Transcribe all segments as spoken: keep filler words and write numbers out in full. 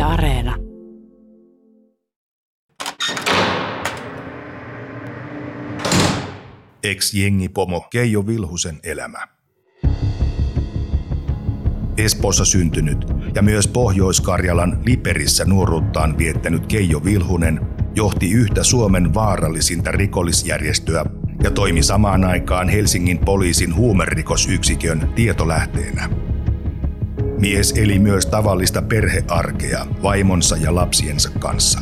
Yle Areena. Ex-jengipomo Keijo Vilhusen elämä. Espoossa syntynyt ja myös Pohjois-Karjalan Liperissä nuoruuttaan viettänyt Keijo Vilhunen johti yhtä Suomen vaarallisinta rikollisjärjestöä ja toimi samaan aikaan Helsingin poliisin huumerikosyksikön tietolähteenä. Mies eli myös tavallista perhearkea vaimonsa ja lapsiensa kanssa.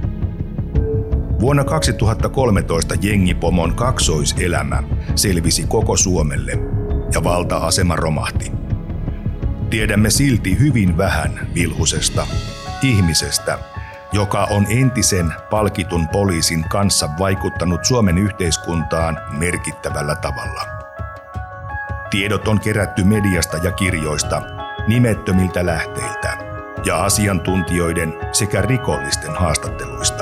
Vuonna kaksituhattakolmetoista jengipomon kaksoiselämä selvisi koko Suomelle ja valta-asema romahti. Tiedämme silti hyvin vähän Vilhusesta, ihmisestä, joka on entisen palkitun poliisin kanssa vaikuttanut Suomen yhteiskuntaan merkittävällä tavalla. Tiedot on kerätty mediasta ja kirjoista, nimettömiltä lähteiltä ja asiantuntijoiden sekä rikollisten haastatteluista.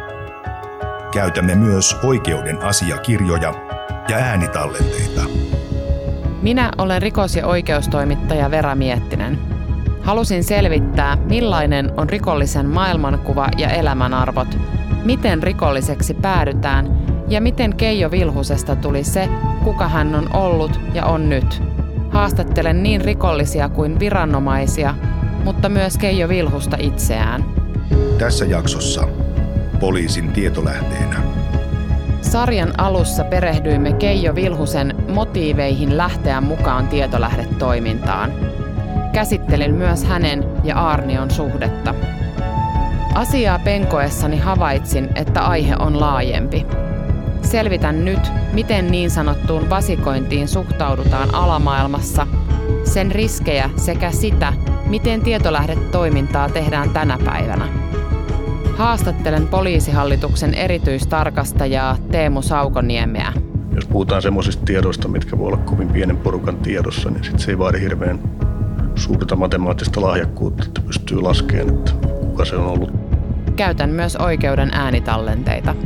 Käytämme myös oikeuden asiakirjoja ja äänitallenteita. Minä olen rikos- ja oikeustoimittaja Vera Miettinen. Halusin selvittää, millainen on rikollisen maailmankuva ja elämänarvot, miten rikolliseksi päädytään ja miten Keijo Vilhusesta tuli se, kuka hän on ollut ja on nyt. Haastattelen niin rikollisia kuin viranomaisia, mutta myös Keijo Vilhusta itseään. Tässä jaksossa poliisin tietolähteenä. Sarjan alussa perehdyimme Keijo Vilhusen motiiveihin lähteä mukaan tietolähdetoimintaan. Käsittelin myös hänen ja Aarnion suhdetta. Asiaa penkoessani havaitsin, että aihe on laajempi. Selvitän nyt, miten niin sanottuun vasikointiin suhtaudutaan alamaailmassa, sen riskejä sekä sitä, miten tietolähdetoimintaa tehdään tänä päivänä. Haastattelen poliisihallituksen erityistarkastajaa Teemu Saukoniemeä. Jos puhutaan semmoisista tiedoista, mitkä voi olla kovin pienen porukan tiedossa, niin sit se ei vaadi hirveän suurta matemaattista lahjakkuutta, että pystyy laskemaan, että kuka se on ollut. Käytän myös oikeuden äänitallenteita.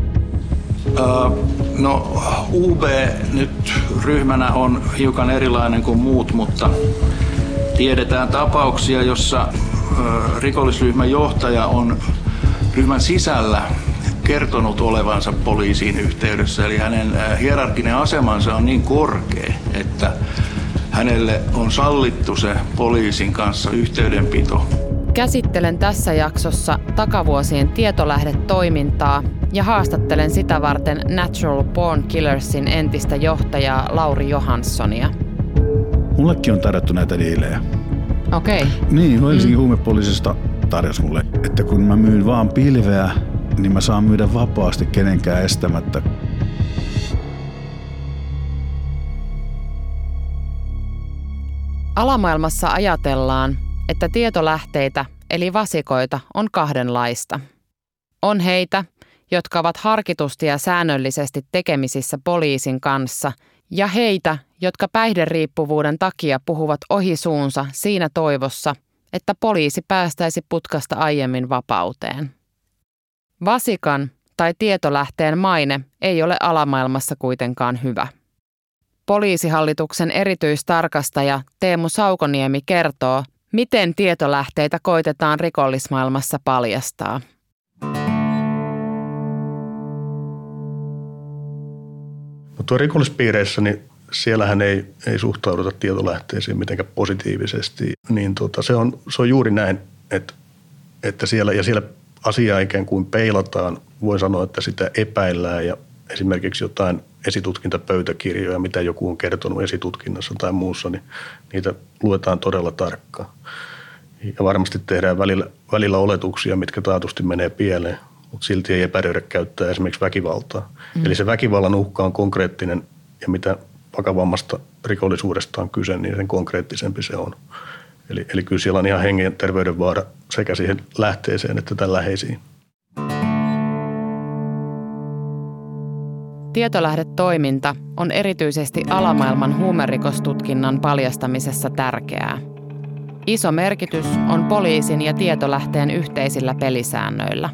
Uh, no U B nyt ryhmänä on hiukan erilainen kuin muut, mutta tiedetään tapauksia, jossa uh, rikollisryhmän johtaja on ryhmän sisällä kertonut olevansa poliisiin yhteydessä. Eli hänen hierarkkinen asemansa on niin korkea, että hänelle on sallittu se poliisin kanssa yhteydenpito. Käsittelen tässä jaksossa takavuosien tietolähdetoimintaa ja haastattelen sitä varten Natural Born Killersin entistä johtajaa Lauri Johanssonia. Mullekin on tarjottu näitä diilejä. Okei. Okay. Niin, Helsingin mm. huumepoliisista tarjosi mulle, että kun mä myyn vaan pilveä, niin mä saan myydä vapaasti kenenkään estämättä. Alamaailmassa ajatellaan, että tietolähteitä eli vasikoita on kahdenlaista. On heitä, jotka ovat harkitusti ja säännöllisesti tekemisissä poliisin kanssa, ja heitä, jotka päihderiippuvuuden takia puhuvat ohi suunsa siinä toivossa, että poliisi päästäisi putkasta aiemmin vapauteen. Vasikan tai tietolähteen maine ei ole alamaailmassa kuitenkaan hyvä. Poliisihallituksen erityistarkastaja Teemu Saukoniemi kertoo, miten tietolähteitä koitetaan rikollismaailmassa paljastaa. No tuo rikollispiireissä, niin siellähän ei, ei suhtauduta tietolähteisiin mitenkään positiivisesti. Niin tota, se, on, se on juuri näin, että, että siellä, ja siellä asiaa ikään kuin peilataan. Voi sanoa, että sitä epäillään ja esimerkiksi jotain esitutkintapöytäkirjoja, mitä joku on kertonut esitutkinnassa tai muussa, niin niitä luetaan todella tarkkaan. Ja varmasti tehdään välillä, välillä oletuksia, mitkä taatusti menee pieleen, mutta silti ei epäröidä käyttää esimerkiksi väkivaltaa. Mm. Eli se väkivallan uhka on konkreettinen ja mitä vakavammasta rikollisuudesta on kyse, niin sen konkreettisempi se on. Eli, eli kyllä siellä on ihan hengen terveydenvaara sekä siihen lähteeseen että tämän läheisiin. Tietolähdetoiminta on erityisesti alamaailman huumerikostutkinnan paljastamisessa tärkeää. Iso merkitys on poliisin ja tietolähteen yhteisillä pelisäännöillä.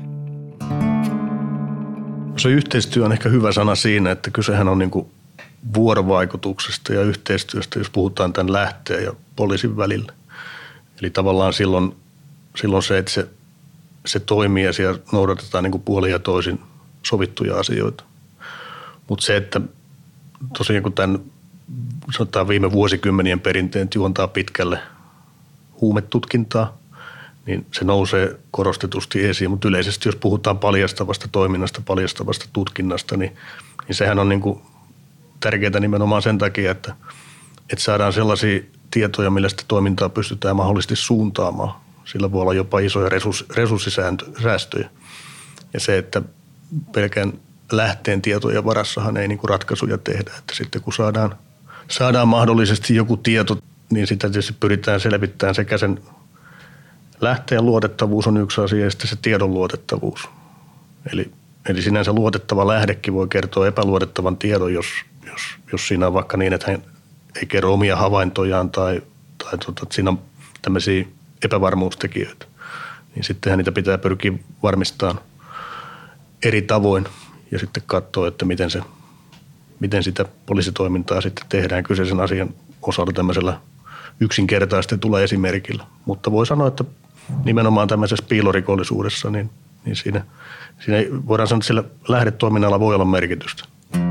Se yhteistyö on ehkä hyvä sana siinä, että kysehän on niin kuin vuorovaikutuksesta ja yhteistyöstä, jos puhutaan tämän lähteen ja poliisin välillä. Eli tavallaan silloin silloin se, että se, se toimii ja siellä noudatetaan niin kuin puolin ja toisin sovittuja asioita. Mutta se, että tosiaan kun tämän sanotaan viime vuosikymmenien perinteet juontaa pitkälle huumetutkintaa, niin se nousee korostetusti esiin. Mutta yleisesti, jos puhutaan paljastavasta toiminnasta, paljastavasta tutkinnasta, niin, niin sehän on niin kuin tärkeää nimenomaan sen takia, että, että saadaan sellaisia tietoja, millä sitä toimintaa pystytään mahdollisesti suuntaamaan. Sillä voi olla jopa isoja resurssisäästöjä. Ja se, että pelkään lähteen tietojen varassahan ei niin kuin ratkaisuja tehdä. Että sitten kun saadaan, saadaan mahdollisesti joku tieto, niin sitä tietysti pyritään selvittämään sekä sen lähteen luotettavuus on yksi asia ja sitten se tiedon luotettavuus. Eli, eli sinänsä luotettava lähdekin voi kertoa epäluotettavan tiedon, jos, jos, jos siinä on vaikka niin, että hän ei kerro omia havaintojaan tai, tai tuota, että siinä on tämmöisiä epävarmuustekijöitä. Niin sittenhän niitä pitää pyrkiä varmistamaan eri tavoin ja sitten katsoa, että miten, se, miten sitä poliisitoimintaa sitten tehdään kyseisen asian osalta tämmöisellä yksinkertaistetulla esimerkillä. Mutta voi sanoa, että nimenomaan tämmöisessä piilorikollisuudessa, niin, niin siinä, siinä voidaan sanoa, että sillä lähdetoiminnalla voi olla merkitystä.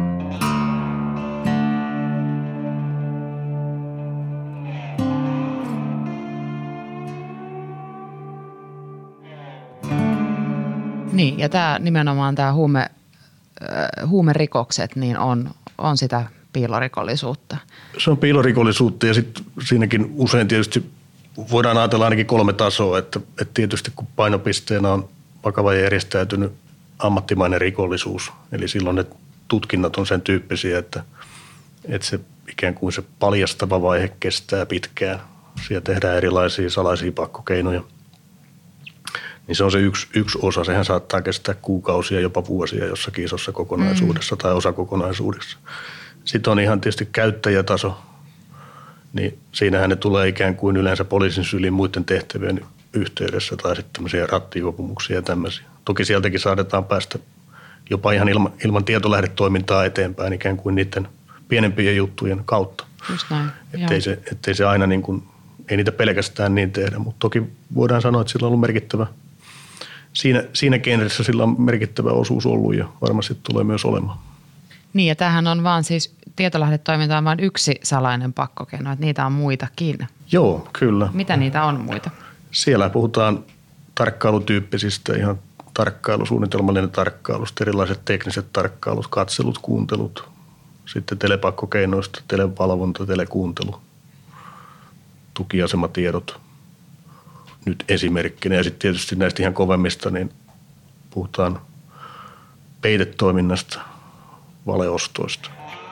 Niin, ja tämä nimenomaan tämä huume, äh, huumerikokset niin on, on sitä piilorikollisuutta. Se on piilorikollisuutta ja sitten siinäkin usein tietysti voidaan ajatella ainakin kolme tasoa, että, että tietysti kun painopisteenä on vakava ja järjestäytynyt ammattimainen rikollisuus, eli silloin ne tutkinnat on sen tyyppisiä, että, että se ikään kuin se paljastava vaihe kestää pitkään. Siellä tehdään erilaisia salaisia pakkokeinoja. Niin se on se yksi, yksi osa. Sehän saattaa kestää kuukausia, jopa vuosia jossakin isossa kokonaisuudessa mm. tai osakokonaisuudessa. Sitten on ihan tietysti käyttäjätaso, niin siinähän ne tulee ikään kuin yleensä poliisin syliin muiden tehtävien yhteydessä tai sitten tämmöisiä rattijuopumuksia ja tämmöisiä. Toki sieltäkin saadetaan päästä jopa ihan ilman, ilman tietolähdetoimintaa eteenpäin ikään kuin niiden pienempien juttujen kautta. Just näin. Ettei se, ettei se aina niin kuin, ei niitä pelkästään niin tehdä, mutta toki voidaan sanoa, että sillä on ollut merkittävä, siinä, siinä genressä sillä on merkittävä osuus ollut ja varmasti tulee myös olemaan. Niin ja tämähän on vaan siis, tietolähdetoiminta on vain yksi salainen pakkokeino, että niitä on muitakin. Joo, kyllä. Mitä niitä on muita? Siellä puhutaan tarkkailutyyppisistä, ihan tarkkailu, suunnitelmallinen tarkkailusta, erilaiset tekniset tarkkailut, katselut, kuuntelut, sitten telepakkokeinoista, televalvonta, telekuuntelu, tukiasematiedot nyt esimerkkinä. Ja sitten tietysti näistä ihan kovemmista, niin puhutaan peitetoiminnasta, valeostoista.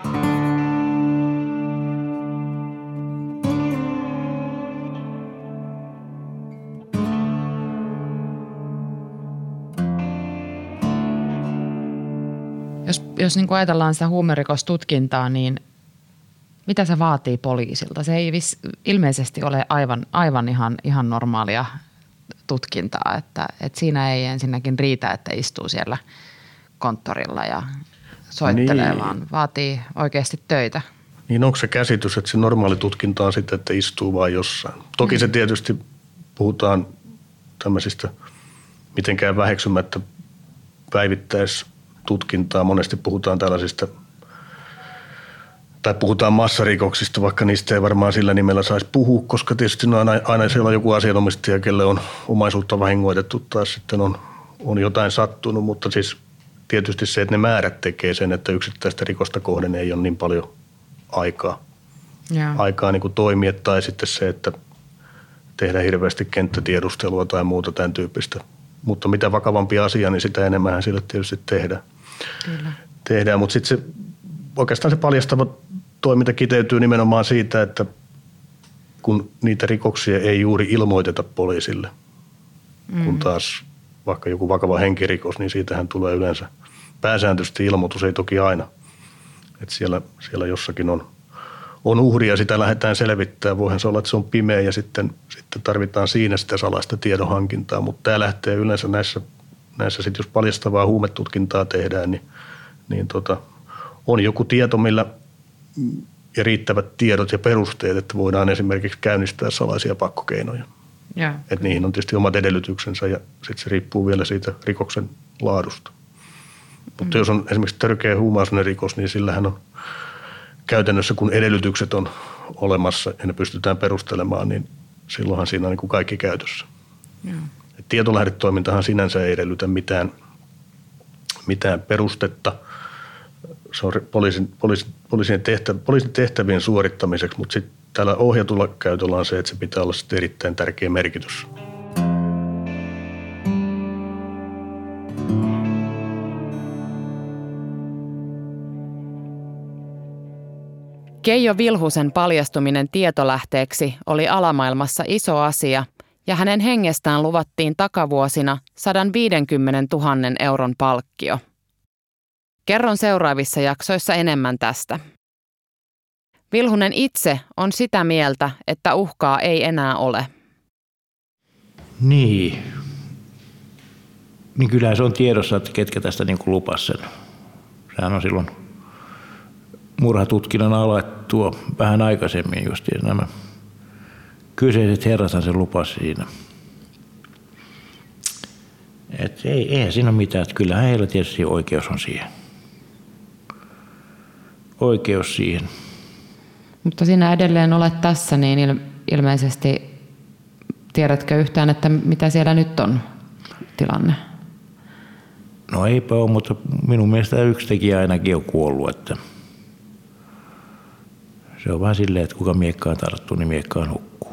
Jos, jos niin kuin ajatellaan sitä huumerikostutkintaa, niin mitä se vaatii poliisilta? Se ei vis, ilmeisesti ole aivan, aivan ihan, ihan normaalia tutkintaa, että, että siinä ei ensinnäkin riitä, että istuu siellä konttorilla ja soittelee, niin, vaan vaatii oikeasti töitä. Niin onko se käsitys, että se normaali tutkinta on sitten, että istuu vaan jossain? Toki mm. se tietysti puhutaan tämmöisistä mitenkään väheksymättä päivittäistutkintaa. Monesti puhutaan tällaisista, tai puhutaan massarikoksista, vaikka niistä ei varmaan sillä nimellä saisi puhua, koska tietysti no aina, aina siellä on joku asianomistaja, kelle on omaisuutta vahingoitettu tai sitten on, on jotain sattunut, mutta siis tietysti se, että ne määrät tekee sen, että yksittäistä rikosta kohden ei ole niin paljon aikaa, yeah. aikaa niin kuin toimia, tai sitten se, että tehdään hirveästi kenttätiedustelua tai muuta tämän tyyppistä. Mutta mitä vakavampi asia, niin sitä enemmän sille tietysti tehdään. Kyllä. Tehdään, mutta sitten se, oikeastaan se paljastava toiminta kiteytyy nimenomaan siitä, että kun niitä rikoksia ei juuri ilmoiteta poliisille, mm. kun taas vaikka joku vakava henkirikos, niin siitähän tulee yleensä pääsääntöisesti ilmoitus, ei toki aina. Että siellä, siellä jossakin on, on uhri ja sitä lähdetään selvittämään. Voihan se olla, että se on pimeä ja sitten, sitten tarvitaan siinä sitä salaista tiedonhankintaa, mutta tämä lähtee yleensä näissä, näissä sitten jos paljastavaa huumetutkintaa tehdään, niin, niin tota, on joku tieto, millä ja riittävät tiedot ja perusteet, että voidaan esimerkiksi käynnistää salaisia pakkokeinoja. Että niihin on tietysti omat edellytyksensä ja sitten se riippuu vielä siitä rikoksen laadusta. Mutta mm. jos on esimerkiksi törkeä huumausainerikos, niin sillähän on käytännössä, kun edellytykset on olemassa ja ne pystytään perustelemaan, niin silloinhan siinä on niin kuin kaikki käytössä. Mm. Tietolähdetoimintahan sinänsä ei edellytä mitään, mitään perustetta. Se on poliisin, poliisin, poliisin, tehtä, poliisin tehtävien suorittamiseksi, mutta sitten tällä ohjatulla käytöllä on se, että se pitää olla sitten erittäin tärkeä merkitys. Keijo Vilhusen paljastuminen tietolähteeksi oli alamaailmassa iso asia ja hänen hengestään luvattiin takavuosina sata viisikymmentätuhatta euron palkkio. Kerron seuraavissa jaksoissa enemmän tästä. Vilhunen itse on sitä mieltä, että uhkaa ei enää ole. Niin. Niin kyllähän se on tiedossa, että ketkä tästä niin kuin lupasi sen. Sehän on silloin murhatutkinnan alettua vähän aikaisemmin justiin nämä kyseiset herrathan sen lupasi siinä. Et ei, eihän siinä ole mitään, että kyllähän heillä tietysti oikeus on siihen. Oikeus siihen. Mutta sinä edelleen olet tässä, niin ilmeisesti tiedätkö yhtään, että mitä siellä nyt on tilanne? No eipä ole, mutta minun mielestä yksi tekijä ainakin on kuollut. Että se on vähän silleen, että kuka miekkaan tarttuu, niin miekkaan hukkuu.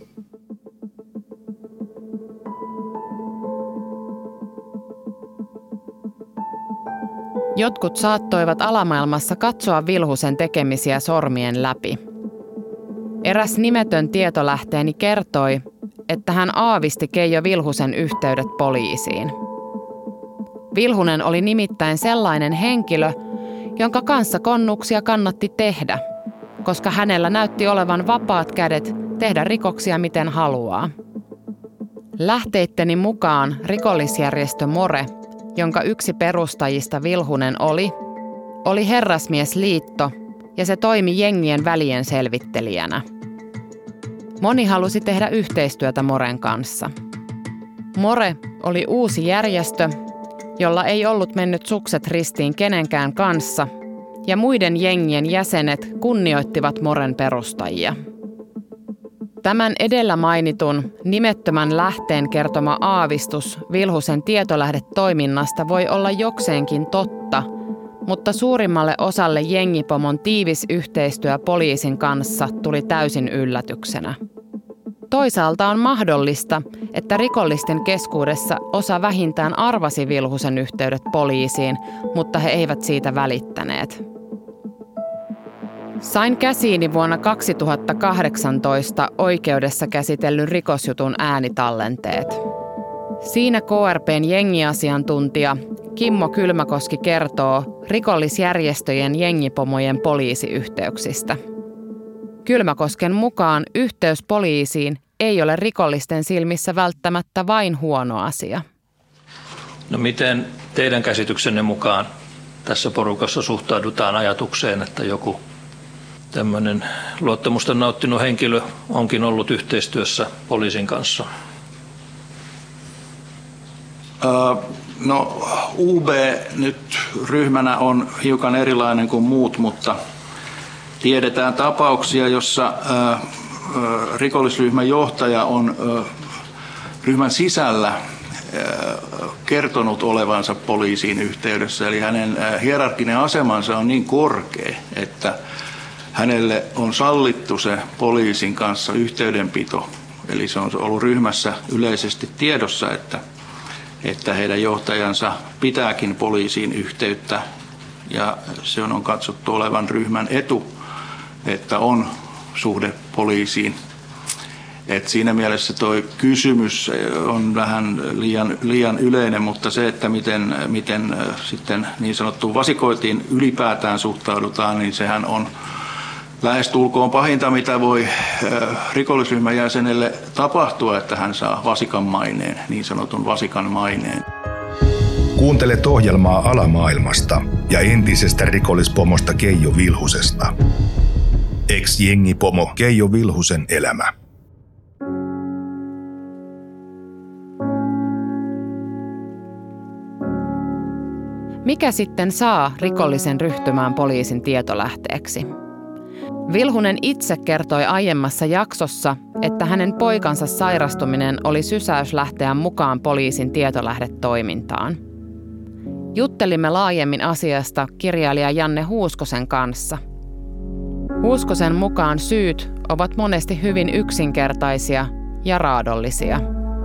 Jotkut saattoivat alamaailmassa katsoa Vilhusen tekemisiä sormien läpi. Eräs nimetön tietolähteeni kertoi, että hän aavisti Keijo Vilhusen yhteydet poliisiin. Vilhunen oli nimittäin sellainen henkilö, jonka kanssa konnuksia kannatti tehdä, koska hänellä näytti olevan vapaat kädet tehdä rikoksia miten haluaa. Lähteitteni mukaan rikollisjärjestö More, jonka yksi perustajista Vilhunen oli, oli herrasmiesliitto ja se toimi jengien välien selvittelijänä. Moni halusi tehdä yhteistyötä Moren kanssa. More oli uusi järjestö, jolla ei ollut mennyt sukset ristiin kenenkään kanssa, ja muiden jengien jäsenet kunnioittivat Moren perustajia. Tämän edellä mainitun nimettömän lähteen kertoma aavistus Vilhusen tietolähdetoiminnasta voi olla jokseenkin totta, mutta suurimmalle osalle jengipomon tiivis yhteistyö poliisin kanssa tuli täysin yllätyksenä. Toisaalta on mahdollista, että rikollisten keskuudessa osa vähintään arvasi Vilhusen yhteydet poliisiin, mutta he eivät siitä välittäneet. Sain käsiini vuonna kaksituhattakahdeksantoista oikeudessa käsitellyn rikosjutun äänitallenteet. Siinä K R P:n jengiasiantuntija Kimmo Kylmäkoski kertoo rikollisjärjestöjen jengipomojen poliisiyhteyksistä. Kylmäkosken mukaan yhteys poliisiin ei ole rikollisten silmissä välttämättä vain huono asia. No miten teidän käsityksenne mukaan tässä porukassa suhtaudutaan ajatukseen, että joku tämmöinen luottamusta nauttinut henkilö onkin ollut yhteistyössä poliisin kanssa? Uh, no U B nyt ryhmänä on hiukan erilainen kuin muut, mutta tiedetään tapauksia, jossa uh, uh, rikollisryhmän johtaja on uh, ryhmän sisällä uh, kertonut olevansa poliisiin yhteydessä. Eli hänen uh, hierarkkinen asemansa on niin korkea, että hänelle on sallittu se poliisin kanssa yhteydenpito. Eli se on ollut ryhmässä yleisesti tiedossa, että, että heidän johtajansa pitääkin poliisiin yhteyttä. Ja se on katsottu olevan ryhmän etu, että on suhde poliisiin. Et siinä mielessä tuo kysymys on vähän liian, liian yleinen, mutta se, että miten, miten sitten niin sanottuun vasikoitiin ylipäätään suhtaudutaan, niin sehän on lähestulkoon pahinta, mitä voi rikollisryhmän jäsenelle tapahtua, että hän saa vasikan maineen, niin sanotun vasikan maineen. Kuuntelet ohjelmaa alamaailmasta ja entisestä rikollispomosta Keijo Vilhusesta. Ex-jengipomo Keijo Vilhusen elämä. Mikä sitten saa rikollisen ryhtymään poliisin tietolähteeksi? Vilhunen itse kertoi aiemmassa jaksossa, että hänen poikansa sairastuminen oli sysäys lähteä mukaan poliisin tietolähdetoimintaan. Juttelimme laajemmin asiasta kirjailija Janne Huuskosen kanssa. Huuskosen mukaan syyt ovat monesti hyvin yksinkertaisia ja raadollisia.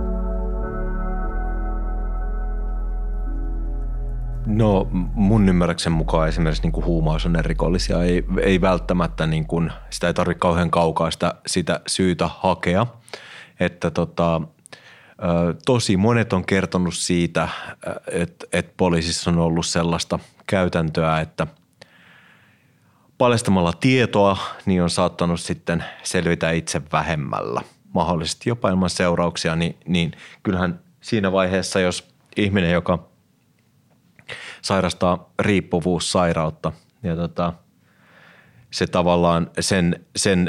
No mun ymmärryksen mukaan esimerkiksi niin kuin huumausainerikollisia ei, ei välttämättä, niin kuin, sitä ei tarvitse kauhean kaukaa sitä, sitä syytä hakea. Että tota, tosi monet on kertonut siitä, että, että poliisissa on ollut sellaista käytäntöä, että paljastamalla tietoa niin on saattanut sitten selvitä itse vähemmällä, mahdollisesti jopa ilman seurauksia, niin, niin kyllähän siinä vaiheessa, jos ihminen, joka sairastaa riippuvuussairautta ja tota, se tavallaan sen, sen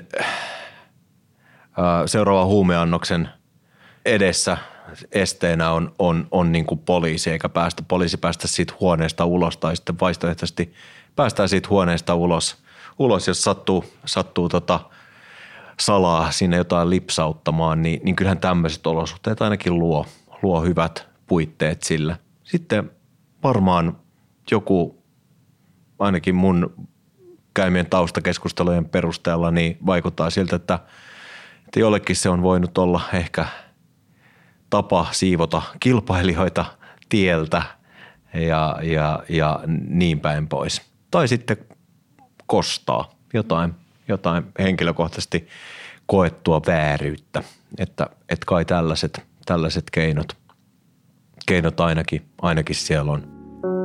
ää, seuraavan huumeannoksen edessä esteenä on, on, on niin kuin poliisi, eikä päästä, poliisi päästä siitä huoneesta ulos tai sitten vaihtoehtoisesti päästään siitä huoneesta ulos, ulos jos sattuu, sattuu tota salaa sinne jotain lipsauttamaan, niin, niin kyllähän tämmöiset olosuhteet ainakin luo, luo hyvät puitteet sille. Sitten varmaan joku, ainakin mun käymien taustakeskustelujen perusteella, niin vaikuttaa siltä, että, että jollekin se on voinut olla ehkä tapa siivota kilpailijoita tieltä ja, ja, ja niin päin pois. Tai sitten kostaa jotain, jotain henkilökohtaisesti koettua vääryyttä, että, että kai tällaiset, tällaiset keinot, keinot ainakin, ainakin siellä on.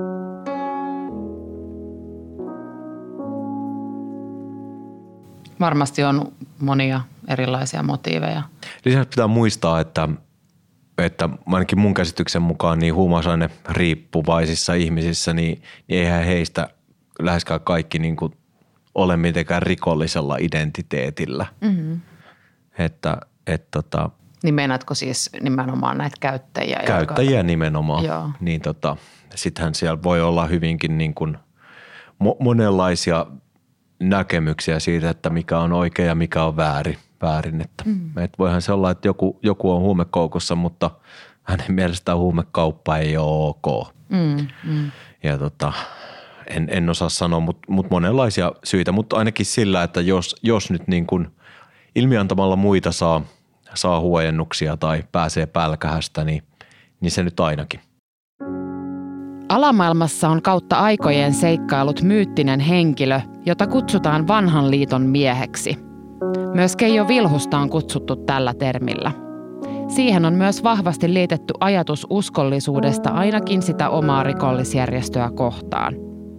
Varmasti on monia erilaisia motiiveja. Lisäksi pitää muistaa, että, että ainakin mun käsityksen mukaan niin huumausaine riippuvaisissa ihmisissä, niin, niin eihän heistä läheskään kaikki niin kuin ole mitenkään rikollisella identiteetillä. Mm-hmm. Että, et tota, niin meinaatko siis nimenomaan näitä käyttäjiä? Käyttäjiä jotka... nimenomaan. Joo. Niin tota, sittenhän siellä voi olla hyvinkin niin kuin mo- monenlaisia näkemyksiä siitä, että mikä on oikein ja mikä on väärin. väärin. Että, mm. et voihan se olla, että joku, joku on huumekoukussa, mutta hänen mielestään huumekauppa ei ole ok. Mm, mm. Ja tota, en, en osaa sanoa, mutta mut monenlaisia syitä, mutta ainakin sillä, että jos, jos nyt niin kuin ilmiantamalla muita saa, saa huojennuksia tai pääsee pälkähästä, niin, niin se nyt ainakin. Alamaailmassa on kautta aikojen seikkailut myyttinen henkilö, jota kutsutaan vanhan liiton mieheksi. Myös Keijo Vilhusta on kutsuttu tällä termillä. Siihen on myös vahvasti liitetty ajatus uskollisuudesta ainakin sitä omaa rikollisjärjestöä kohtaan.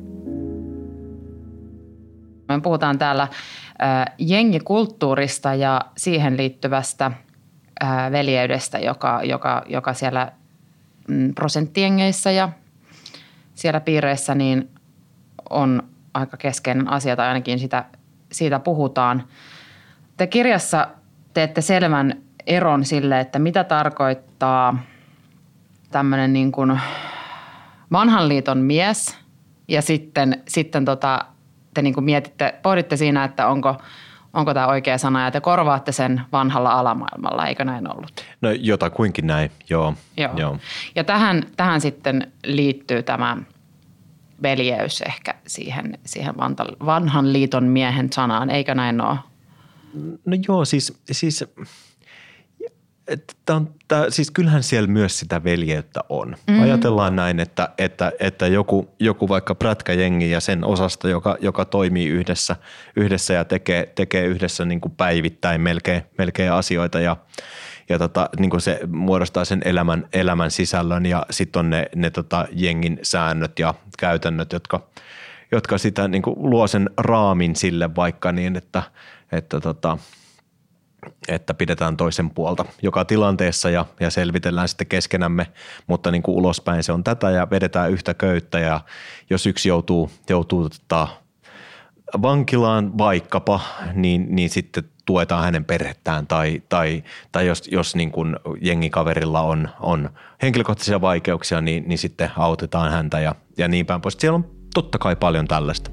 Me puhutaan täällä äh, jengikulttuurista ja siihen liittyvästä äh, veljeydestä, joka, joka, joka siellä mm, prosenttiengeissä ja siellä piireissä niin on aika keskeinen asia, tai ainakin sitä, siitä puhutaan. Te kirjassa teette selvän eron sille, että mitä tarkoittaa tämmöinen niin kuin vanhan liiton mies, ja sitten, sitten tota, te niin kuin mietitte, pohditte siinä, että onko, onko tämä oikea sana, ja te korvaatte sen vanhalla alamaailmalla, eikö näin ollut? No jotakuinkin näin, joo. joo. joo. Ja tähän, tähän sitten liittyy tämä veljeys ehkä siihen, siihen vanhan liiton miehen sanaan, eikö näin ole? No joo, siis, siis, tää on, tää, siis kyllähän siellä myös sitä veljeyttä on. Mm-hmm. Ajatellaan näin, että, että, että joku, joku vaikka prätkäjengi ja sen osasta, joka, joka toimii yhdessä, yhdessä ja tekee, tekee yhdessä niin kuin päivittäin melkein, melkein asioita ja, ja tota, niin kuin se muodostaa sen elämän, elämän sisällön ja sitten on ne, ne tota jengin säännöt ja käytännöt, jotka, jotka sitä niin kuin luo sen raamin sille vaikka niin, että Että, tota, että pidetään toisen puolta joka tilanteessa ja, ja selvitellään sitten keskenämme, mutta niin kuin ulospäin se on tätä ja vedetään yhtä köyttä ja jos yksi joutuu, joutuu tota, vankilaan vaikkapa, niin, niin sitten tuetaan hänen perhettään tai, tai, tai jos, jos niin kuin jengikaverilla on, on henkilökohtaisia vaikeuksia, niin, niin sitten autetaan häntä ja, ja niin päin pois. Siellä on totta kai paljon tällaista.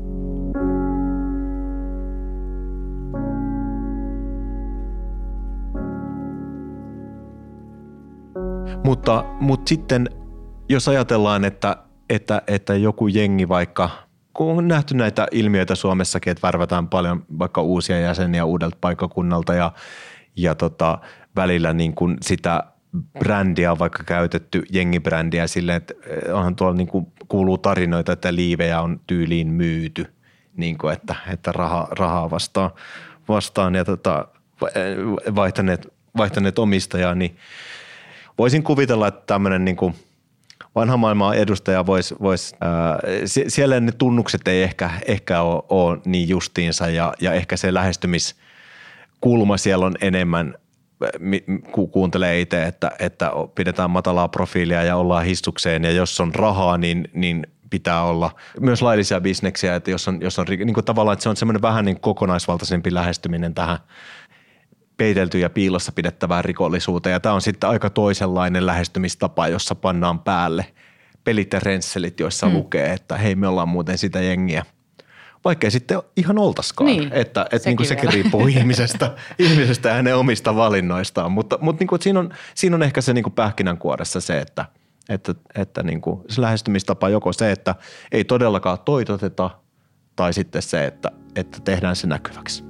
Mutta, mutta sitten jos ajatellaan, että, että, että joku jengi vaikka, kun on nähty näitä ilmiöitä Suomessakin, että värvätään paljon vaikka uusia jäseniä uudelta paikkakunnalta ja, ja tota, välillä niin kuin sitä brändiä on vaikka käytetty, jengibrändiä silleen, että onhan tuolla niin kuin kuuluu tarinoita, että liivejä on tyyliin myyty, niin kuin että, että raha, rahaa vastaan, vastaan ja tota, vaihtaneet, vaihtaneet omistajaa, niin voisin kuvitella, että tämmöinen niin kuin vanhan maailman edustaja voisi, vois, ää, siellä ne tunnukset ei ehkä, ehkä ole, ole niin justiinsa ja, ja ehkä se lähestymiskulma siellä on enemmän, kun kuuntelee itse, että, että pidetään matalaa profiilia ja ollaan histukseen ja jos on rahaa, niin, niin pitää olla myös laillisia bisneksiä, että jos on, jos on niin kuin tavallaan, että se on semmoinen vähän niin kokonaisvaltaisempi lähestyminen tähän peitelty ja piilossa pidettävään rikollisuuteen. Ja tämä on sitten aika toisenlainen lähestymistapa, jossa pannaan päälle pelit ja rensselit, joissa mm. lukee, että hei, me ollaan muuten sitä jengiä. Vaikkei sitten ihan oltaiskaan, niin, että, että sekin, niin sekin riippuu ihmisestä, ihmisestä ja hänen omista valinnoistaan. Mutta, mutta niin kuin, siinä, on, siinä on ehkä se niin kuin pähkinänkuoressa se, että, että, että niin kuin se lähestymistapa joko se, että ei todellakaan toitoteta tai sitten se, että, että tehdään se näkyväksi.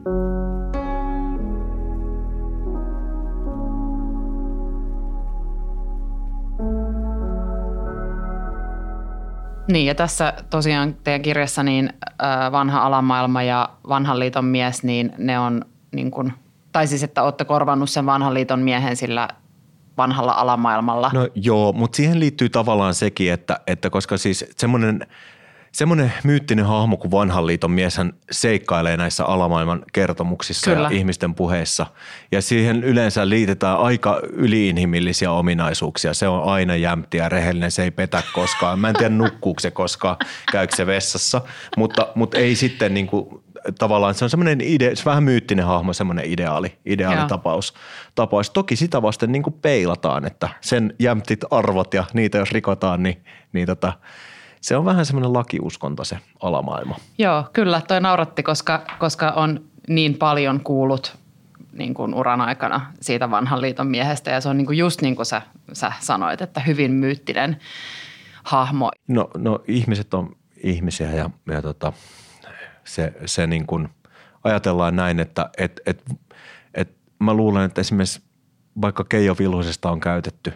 Niin ja tässä tosiaan teidän kirjassa niin äh, vanha alamaailma ja vanhan liiton mies, niin ne on niin kuin, tai siis että olette korvannut sen vanhan liiton miehen sillä vanhalla alamaailmalla. No joo, mutta siihen liittyy tavallaan sekin, että, että koska siis semmoinen Semmoinen myyttinen hahmo kuin vanhan liiton mieshän seikkailee näissä alamaailman kertomuksissa Kyllä. ja ihmisten puheissa. Ja siihen yleensä liitetään aika yliinhimillisiä ominaisuuksia. Se on aina jämpti ja rehellinen, se ei petä koskaan. Mä en tiedä nukkuuko se koskaan, käykö se vessassa, mutta, mutta ei sitten niin kuin, tavallaan se on semmoinen ide, se vähän myyttinen hahmo, semmoinen ideaali, ideaalitapaus. Tapaus. Toki sitä vasten niin kuin peilataan, että sen jämptit arvot ja niitä jos rikotaan, niin, niin tota, se on vähän semmoinen lakiuskonto se alamaailma. Joo, kyllä. Toi nauratti, koska, koska on niin paljon kuullut niin kuin uran aikana siitä vanhan liiton miehestä. Ja se on niin kuin just niin kuin sä, sä sanoit, että hyvin myyttinen hahmo. No, no ihmiset on ihmisiä ja, ja tota, se, se niin kuin ajatellaan näin, että et, et, et mä luulen, että esimerkiksi vaikka Keijo Vilhusesta on käytetty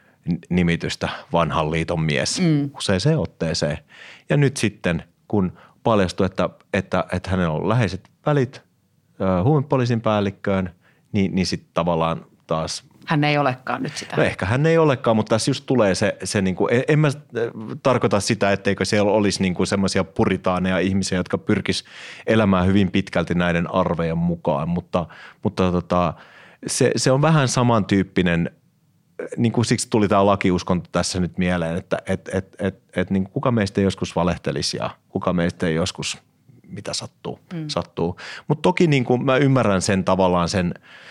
nimitystä vanhan liiton mies mm. useaseen otteeseen. Ja nyt sitten, kun paljastui, että, että, että hänellä on läheiset välit äh, huumepoliisin päällikköön, niin, niin sitten tavallaan taas hän ei olekaan nyt sitä. No ehkä hän ei olekaan, mutta tässä just tulee se, se niin kuin, en mä tarkoita sitä, etteikö siellä olisi niin kuin semmoisia puritaaneja ihmisiä, jotka pyrkis elämään hyvin pitkälti näiden arvojen mukaan, mutta, mutta tota, se, se on vähän samantyyppinen. Niin kuin siksi tuli tämä lakiuskonto tässä nyt mieleen, että et, et, et, et, niin kuka meistä joskus valehtelisi ja kuka meistä ei joskus mitä sattuu. Mm. sattuu. Mutta toki niin kuin mä ymmärrän sen tavallaan sen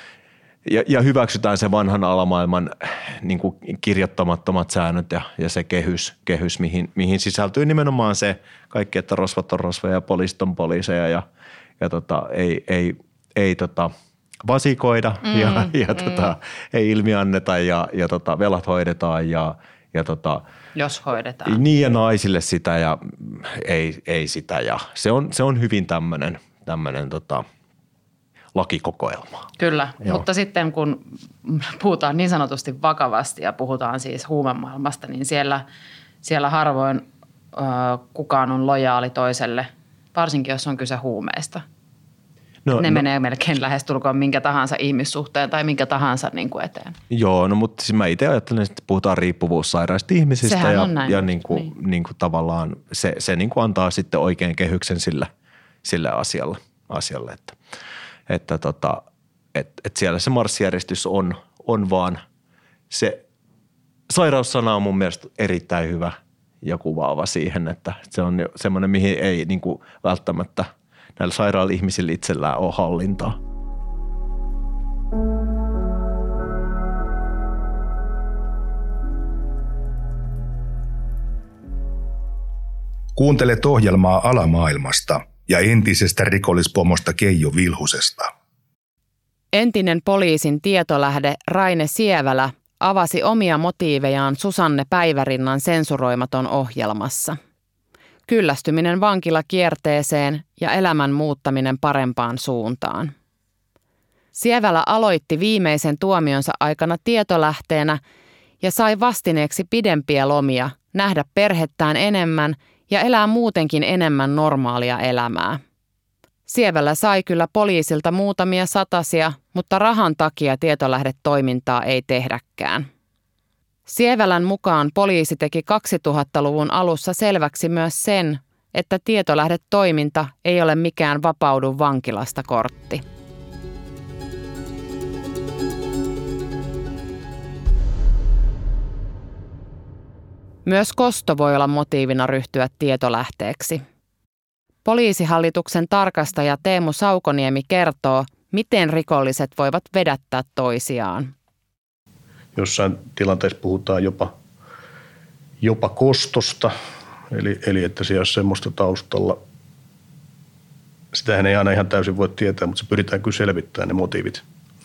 ja, ja hyväksytään se vanhan alamaailman niin kuin kirjoittamattomat säännöt ja, ja se kehys, kehys mihin, mihin sisältyy nimenomaan se kaikki, että rosvat on rosveja ja poliisit on poliiseja ja, ja tota, ei, ei, ei tota – vasikoida mm, ja, ja mm. tota, ei ilmi anneta ja, ja tota, velat hoidetaan ja, ja tota, jos hoidetaan. Niin ja naisille sitä ja ei, ei sitä ja se on, se on hyvin tämmöinen, tämmöinen tota, lakikokoelma. Kyllä, Joo. mutta sitten kun puhutaan niin sanotusti vakavasti ja puhutaan siis huumemaailmasta, niin siellä, siellä harvoin ö, kukaan on lojaali toiselle, varsinkin jos on kyse huumeista. No, ne no, menee melkein lähestulkoon minkä tahansa ihmissuhteen tai minkä tahansa niin kuin eteen. Joo, no mutta siis mä itse ajattelen, että puhutaan riippuvuussairaista ihmisistä. Sehän ja, on näin. Ja niin kuin, niin. Niin kuin tavallaan se, se niin kuin antaa sitten oikein kehyksen sille, sille asialle, asialle että, että tota, et, et siellä se marssijärjestys on, on vaan se sairaussana on mun mielestä erittäin hyvä ja kuvaava siihen, että se on semmoinen, mihin ei niin kuin välttämättä näillä sairailla ihmisillä itsellään ole hallintaa. Kuuntelet ohjelmaa alamaailmasta ja entisestä rikollispomosta Keijo Vilhusesta. Entinen poliisin tietolähde Raine Sievälä avasi omia motiivejaan Susanne Päivärinnan sensuroimaton ohjelmassa. Kyllästyminen vankilakierteeseen ja elämän muuttaminen parempaan suuntaan. Sievälä aloitti viimeisen tuomionsa aikana tietolähteenä ja sai vastineeksi pidempiä lomia, nähdä perhettään enemmän ja elää muutenkin enemmän normaalia elämää. Sievälä sai kyllä poliisilta muutamia satasia, mutta rahan takia tietolähdetoimintaa ei tehdäkään. Sievälän mukaan poliisi teki kaksituhattaluvun alussa selväksi myös sen, että tietolähdetoiminta ei ole mikään vapaudu vankilasta kortti. Myös kosto voi olla motiivina ryhtyä tietolähteeksi. Poliisihallituksen tarkastaja Teemu Saukoniemi kertoo, miten rikolliset voivat vedättää toisiaan. Jossain tilanteessa puhutaan jopa, jopa kostosta, eli, eli että siellä olisi semmoista taustalla. Sitähän ei aina ihan täysin voi tietää, mutta se pyritään kyllä selvittämään ne motiivit.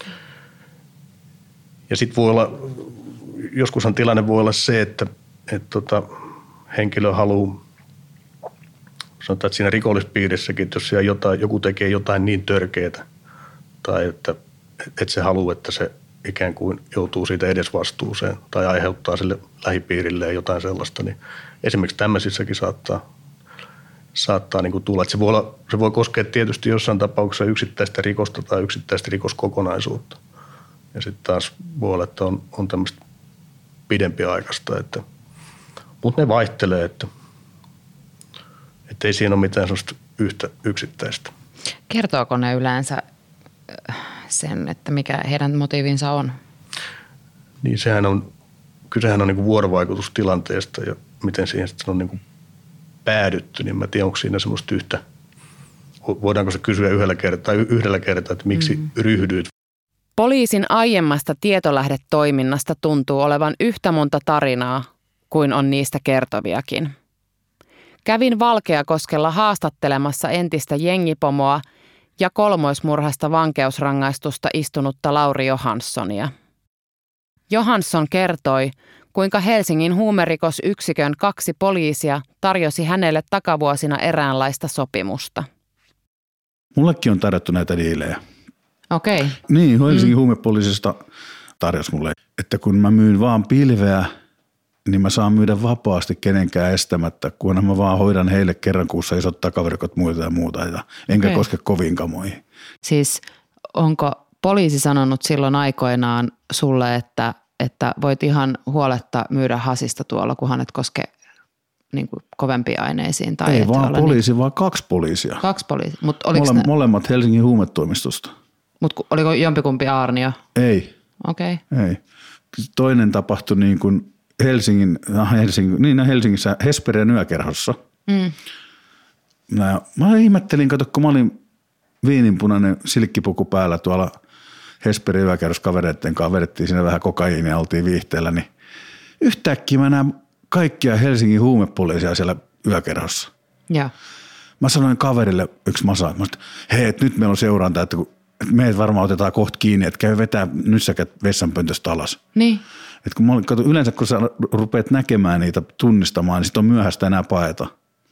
Ja sitten voi olla, joskushan tilanne voi olla se, että, että tota, henkilö haluaa, sanotaan, että siinä rikollispiirissäkin, että jos siellä jotain, joku tekee jotain niin törkeätä, tai että, että se haluaa, että se ikään kuin joutuu siitä edesvastuuseen tai aiheuttaa sille lähipiirilleen jotain sellaista, niin esimerkiksi tämmöisissäkin saattaa, saattaa niin kuin tulla. Että se, voi olla, se voi koskea tietysti jossain tapauksessa yksittäistä rikosta tai yksittäistä rikoskokonaisuutta. Ja sitten taas voi olla, että on, on tämmöistä pidempiaikaista. Että, mutta ne vaihtelee, että, että ei siinä ole mitään sellaista yhtä yksittäistä. Kertooko ne yleensä sen, että mikä heidän motiivinsa on? Niin sehän on, kysehän on niin kuin vuorovaikutustilanteesta ja miten siihen sitten on niin kuin päädytty, niin mä tiedän, onko siinä semmoista yhtä, voidaanko se kysyä yhdellä kertaa, yhdellä kertaa, että miksi mm. ryhdyit. Poliisin aiemmasta tietolähdetoiminnasta tuntuu olevan yhtä monta tarinaa kuin on niistä kertoviakin. Kävin Valkeakoskella haastattelemassa entistä jengipomoa ja kolmoismurhasta vankeusrangaistusta istunutta Lauri Johanssonia. Johansson kertoi, kuinka Helsingin huumerikosyksikön kaksi poliisia tarjosi hänelle takavuosina eräänlaista sopimusta. Mullekin on tarjottu näitä diilejä. Okei. Okay. Niin, Helsingin mm. huumepoliisista tarjosi mulle, että kun mä myyn vaan pilveä, niin mä saan myydä vapaasti kenenkään estämättä, kunhan mä vaan hoidan heille kerran kuussa isot takaverkot muuta ja muuta, ja enkä okay. koske koviin kamoihin. Siis onko poliisi sanonut silloin aikoinaan sulle, että, että voit ihan huoletta myydä hasista tuolla, kunhan et koske niin kuin kovempiin aineisiin? Tai ei vaan poliisi, niin... vaan kaksi poliisia. Kaksi poliisia. Mut oliko Mole, ne... Molemmat Helsingin huumetoimistosta. Mutta oliko jompikumpi Aarnio? Ei. Okei. Okay. Ei. Toinen tapahtui niin kuin Helsingin, no Helsingin, niin Helsingissä Hesperian yökerhossa. Mm. Mä, mä ihmettelin, kato, kun mä olin viininpunainen silkkipuku päällä tuolla Hesperian yökerhossa kavereiden kanssa, vedettiin siinä vähän kokaiinia, oltiin viihteellä, niin yhtäkkiä mä näen kaikkia Helsingin huumepoliisia siellä yökerhossa. Ja. Mä sanoin kaverille yksi masa, että hei, et nyt meillä on seuranta, että, että meidät varmaan otetaan kohta kiinni, että käy vetää nyssäkät vessanpöntöstä alas. Niin. Et kun mä olin, kato, yleensä kun sä rupeat näkemään niitä, tunnistamaan, niin sit on myöhäistä enää paeta.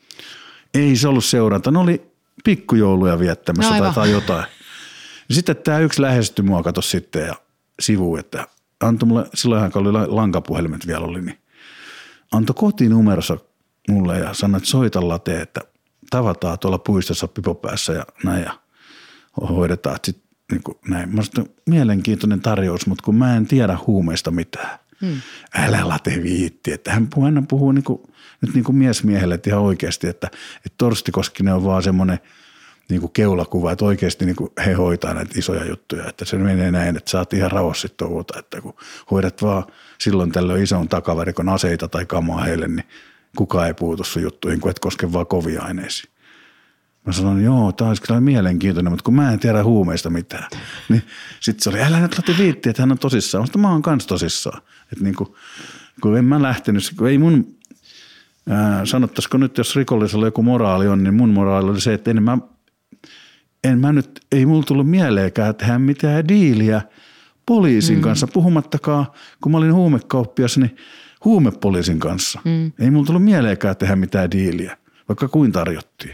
Ei se ollut seuranta, ne oli pikkujouluja viettämässä no, tai, tai jotain. Ja sitten tämä yksi lähestyi mua, kato sitten ja sivuun, että antoi mulle, silloinhan kun oli lankapuhelimet vielä oli, niin antoi kotinumerossa mulle ja sanoi, että soita late, että tavataan tuolla puistossa pipopäässä ja näin ja hoidetaan sitten niin kuin näin. Mä sanoin, mielenkiintoinen tarjous, mutta kun mä en tiedä huumeista mitään. Hmm. Älä late viitti, että hän puhuu, hän puhuu niin kuin, nyt niin kuin mies miehelle että ihan oikeasti, että, että Torsti Koskinen on vaan semmoinen niin kuin keulakuva, että oikeasti niin kuin he hoitaa näitä isoja juttuja, että se menee näin, että sä oot ihan rauhassa sitten touhuta, että kun hoidat vaan silloin tällöin ison takavarikon aseita tai kamaa heille, niin kukaan ei puutu sun juttuihin, kun et koske vaan kovia aineisiin. Mä sanoin, joo, tämä olisi kyllä mielenkiintoinen, mutta kun mä en tiedä huumeista mitään. Niin sitten se oli, älä nyt lähti viittiä, että hän on tosissaan. Mutta mä oon kans tosissaan. Että niin kuin, kun en mä lähtenyt, kun ei mun, ää, sanottaisiko nyt, jos rikollisella joku moraali on, niin mun moraali oli se, että en mä, en mä nyt, ei mulla tullut mieleenkään tehdä mitään diiliä poliisin mm. kanssa, puhumattakaan, kun mä olin huumekauppias, niin huumepoliisin kanssa. Mm. Ei mulla tullut mieleenkään tehdä mitään diiliä, vaikka kuin tarjottiin.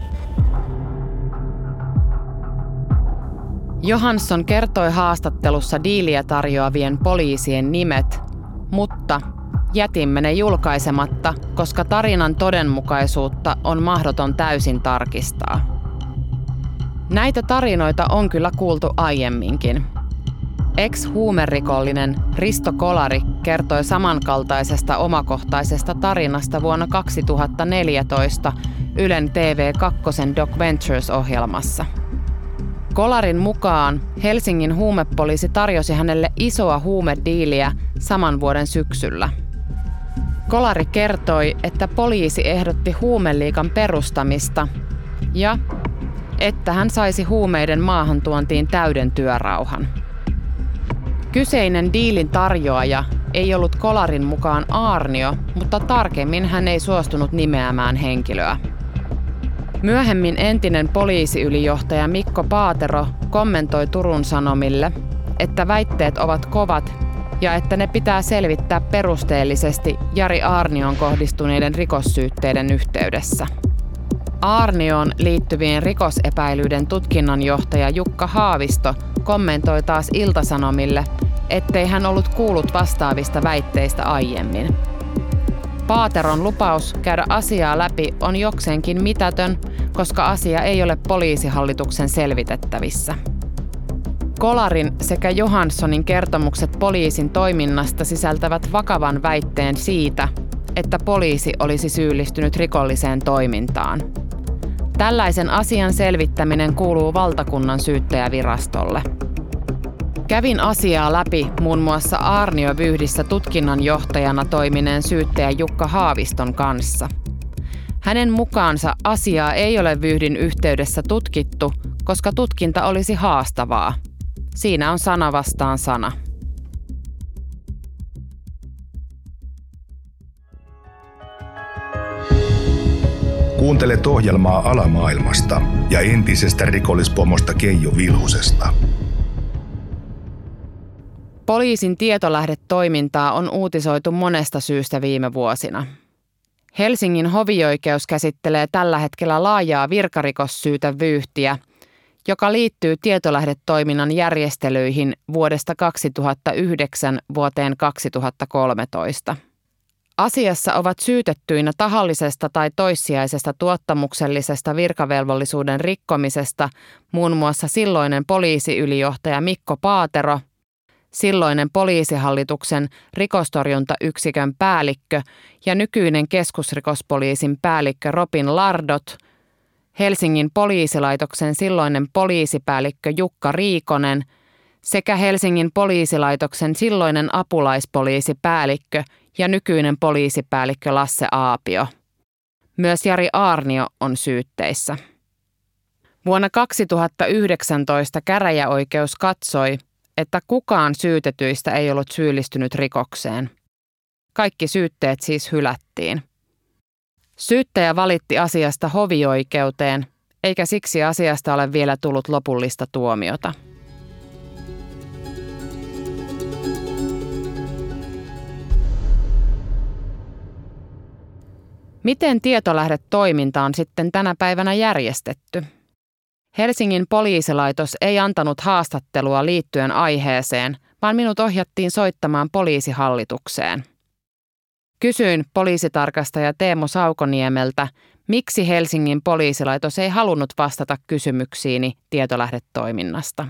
Johansson kertoi haastattelussa diiliä tarjoavien poliisien nimet, mutta jätimme ne julkaisematta, koska tarinan todenmukaisuutta on mahdoton täysin tarkistaa. Näitä tarinoita on kyllä kuultu aiemminkin. Ex-huumerikollinen Risto Kolari kertoi samankaltaisesta omakohtaisesta tarinasta vuonna kaksituhattaneljätoista Ylen T V kaksi Doc Ventures-ohjelmassa. Kolarin mukaan Helsingin huumepoliisi tarjosi hänelle isoa huumediiliä saman vuoden syksyllä. Kolari kertoi, että poliisi ehdotti huumeliigan perustamista ja että hän saisi huumeiden maahantuontiin täyden työrauhan. Kyseinen diilin tarjoaja ei ollut Kolarin mukaan Aarnio, mutta tarkemmin hän ei suostunut nimeämään henkilöä. Myöhemmin entinen poliisiylijohtaja Mikko Paatero kommentoi Turun Sanomille, että väitteet ovat kovat ja että ne pitää selvittää perusteellisesti Jari Aarnioon kohdistuneiden rikossyytteiden yhteydessä. Aarnioon liittyvien rikosepäilyiden tutkinnanjohtaja Jukka Haavisto kommentoi taas Ilta-Sanomille, ettei hän ollut kuullut vastaavista väitteistä aiemmin. Paateron lupaus käydä asiaa läpi on jokseenkin mitätön, koska asia ei ole poliisihallituksen selvitettävissä. Kolarin sekä Johanssonin kertomukset poliisin toiminnasta sisältävät vakavan väitteen siitä, että poliisi olisi syyllistynyt rikolliseen toimintaan. Tällaisen asian selvittäminen kuuluu valtakunnan syyttäjävirastolle. Kävin asiaa läpi muun muassa Aarnio-vyyhdissä tutkinnanjohtajana toimineen syyttäjä Jukka Haaviston kanssa. Hänen mukaansa asiaa ei ole vyyhdin yhteydessä tutkittu, koska tutkinta olisi haastavaa. Siinä on sana vastaan sana. Kuuntelet ohjelmaa alamaailmasta ja entisestä rikollispomosta Keijo Vilhusesta. Poliisin tietolähdetoimintaa on uutisoitu monesta syystä viime vuosina. Helsingin hovioikeus käsittelee tällä hetkellä laajaa virkarikossyytevyyhtiä, joka liittyy tietolähdetoiminnan järjestelyihin vuodesta kaksituhattayhdeksän vuoteen kaksituhattakolmetoista. Asiassa ovat syytettyinä tahallisesta tai toissijaisesta tuottamuksellisesta virkavelvollisuuden rikkomisesta muun muassa silloinen poliisiylijohtaja Mikko Paatero, silloinen poliisihallituksen rikostorjuntayksikön päällikkö ja nykyinen keskusrikospoliisin päällikkö Robin Lardot, Helsingin poliisilaitoksen silloinen poliisipäällikkö Jukka Riikonen sekä Helsingin poliisilaitoksen silloinen apulaispoliisipäällikkö ja nykyinen poliisipäällikkö Lasse Aapio. Myös Jari Aarnio on syytteissä. Vuonna kaksituhattayhdeksäntoista käräjäoikeus katsoi, että kukaan syytetyistä ei ollut syyllistynyt rikokseen. Kaikki syytteet siis hylättiin. Syyttäjä valitti asiasta hovioikeuteen, eikä siksi asiasta ole vielä tullut lopullista tuomiota. Miten tietolähdetoiminta on sitten tänä päivänä järjestetty? Helsingin poliisilaitos ei antanut haastattelua liittyen aiheeseen, vaan minut ohjattiin soittamaan poliisihallitukseen. Kysyin poliisitarkastaja Teemu Saukoniemeltä, miksi Helsingin poliisilaitos ei halunnut vastata kysymyksiini tietolähdetoiminnasta.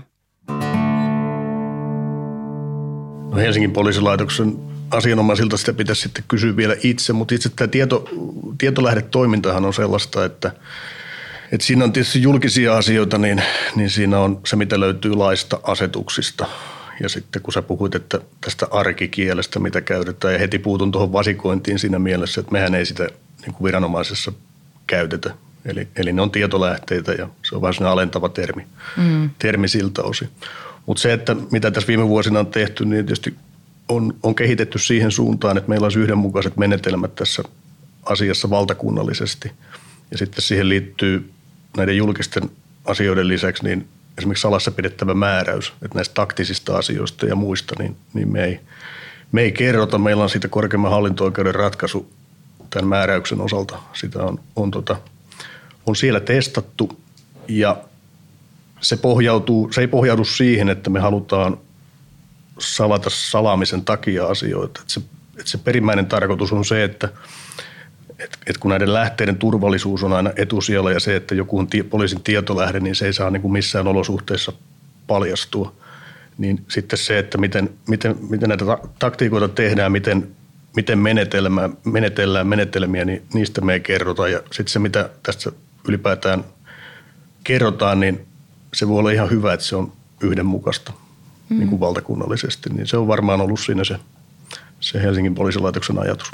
No Helsingin poliisilaitoksen asianomaisilta sitä pitäisi sitten kysyä vielä itse, mutta itse tämä tieto, tietolähdetoimintahan on sellaista, että, että siinä on tietysti julkisia asioita, niin, niin siinä on se, mitä löytyy laista, asetuksista. Ja sitten kun sä puhuit, että tästä arkikielestä, mitä käytetään, ja heti puutun tuohon vasikointiin siinä mielessä, että mehän ei sitä niin kuin viranomaisessa käytetä. Eli, eli ne on tietolähteitä ja se on vähän sellainen alentava termi, mm. termi siltä osin. Mutta se, että mitä tässä viime vuosina on tehty, niin tietysti on, on kehitetty siihen suuntaan, että meillä olisi yhdenmukaiset menetelmät tässä asiassa valtakunnallisesti. Ja sitten siihen liittyy näiden julkisten asioiden lisäksi niin esimerkiksi salassa pidettävä määräys, että näistä taktisista asioista ja muista, niin, niin me, ei, me ei kerrota. Meillä on siitä korkeimman hallinto-oikeuden ratkaisu tämän määräyksen osalta. Sitä on, on, tota, on siellä testattu ja se, pohjautuu, se ei pohjaudu siihen, että me halutaan salata salaamisen takia asioita. Että se, että se perimmäinen tarkoitus on se, että et, et kun näiden lähteiden turvallisuus on aina etusijalla ja se, että joku on tie, poliisin tietolähde, niin se ei saa niin kuin missään olosuhteissa paljastua. Niin sitten se, että miten, miten, miten näitä taktiikoita tehdään, miten, miten menetellään, menetellään menetelmiä, niin niistä me ei kerrota. Ja sitten se, mitä tästä ylipäätään kerrotaan, niin se voi olla ihan hyvä, että se on yhdenmukaista mm. niin kuin valtakunnallisesti. Niin se on varmaan ollut siinä se, se Helsingin poliisilaitoksen ajatus.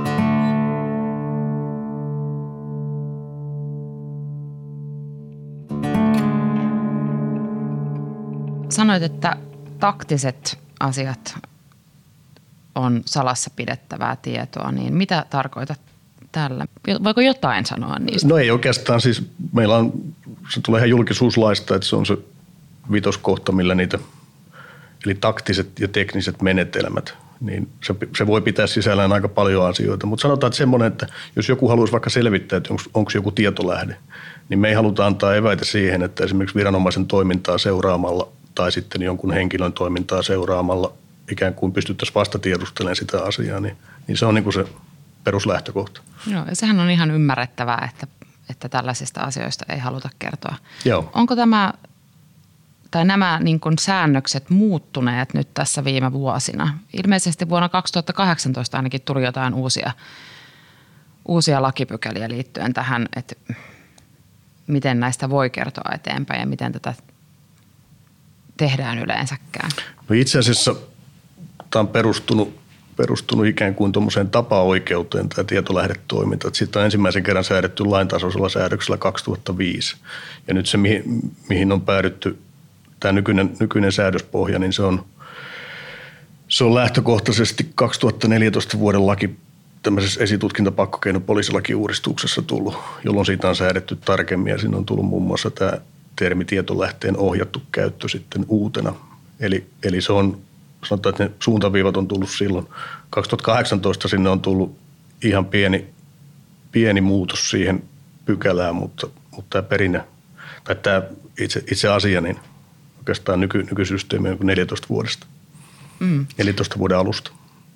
Sanoit, että taktiset asiat on salassa pidettävää tietoa, niin mitä tarkoitat tällä? Voiko jotain sanoa niistä? No ei oikeastaan, siis meillä on, se tulee ihan julkisuuslaista, että se on se vitoskohta, millä niitä, eli taktiset ja tekniset menetelmät, niin se, se voi pitää sisällään aika paljon asioita. Mutta sanotaan, että semmoinen, että jos joku haluaisi vaikka selvittää, että onko joku tietolähde, niin me ei haluta antaa eväitä siihen, että esimerkiksi viranomaisen toimintaa seuraamalla tai sitten jonkun henkilön toimintaa seuraamalla ikään kuin pystyttäisiin vastatiedustelemaan sitä asiaa, niin, niin se on niin kuin se peruslähtökohta. Joo, ja sehän on ihan ymmärrettävää, että, että tällaisista asioista ei haluta kertoa. Joo. Onko tämä, tai nämä niin kuin säännökset muuttuneet nyt tässä viime vuosina? Ilmeisesti vuonna kaksituhattakahdeksantoista ainakin tuli jotain uusia, uusia lakipykäliä liittyen tähän, että miten näistä voi kertoa eteenpäin ja miten tätä tehdään yleensäkään. No itse asiassa tämä on perustunut, perustunut ikään kuin tuommoiseen tapaoikeuteen tämä tietolähdetoiminta. Siitä on ensimmäisen kerran säädetty laintasoisella säädöksellä kaksituhattaviisi. Ja nyt se, mihin, mihin on päädytty, tämä nykyinen, nykyinen säädöspohja, niin se on, se on lähtökohtaisesti kaksituhattaneljätoista vuoden laki tämmöisessä esitutkinta-pakkokeinopoliisilakiuudistuksessa tullut, jolloin siitä on säädetty tarkemmin ja siinä on tullut muun muassa tämä termi tietolähteen ohjattu käyttö sitten uutena. Eli, eli se on, sanotaan, että ne suuntaviivat on tullut silloin. kaksituhattakahdeksantoista sinne on tullut ihan pieni, pieni muutos siihen pykälään, mutta, mutta tämä perinne, tai tämä itse, itse asia, niin oikeastaan nyky, nykysysteemi on neljätoista vuodesta, mm. neljätoista vuoden alusta.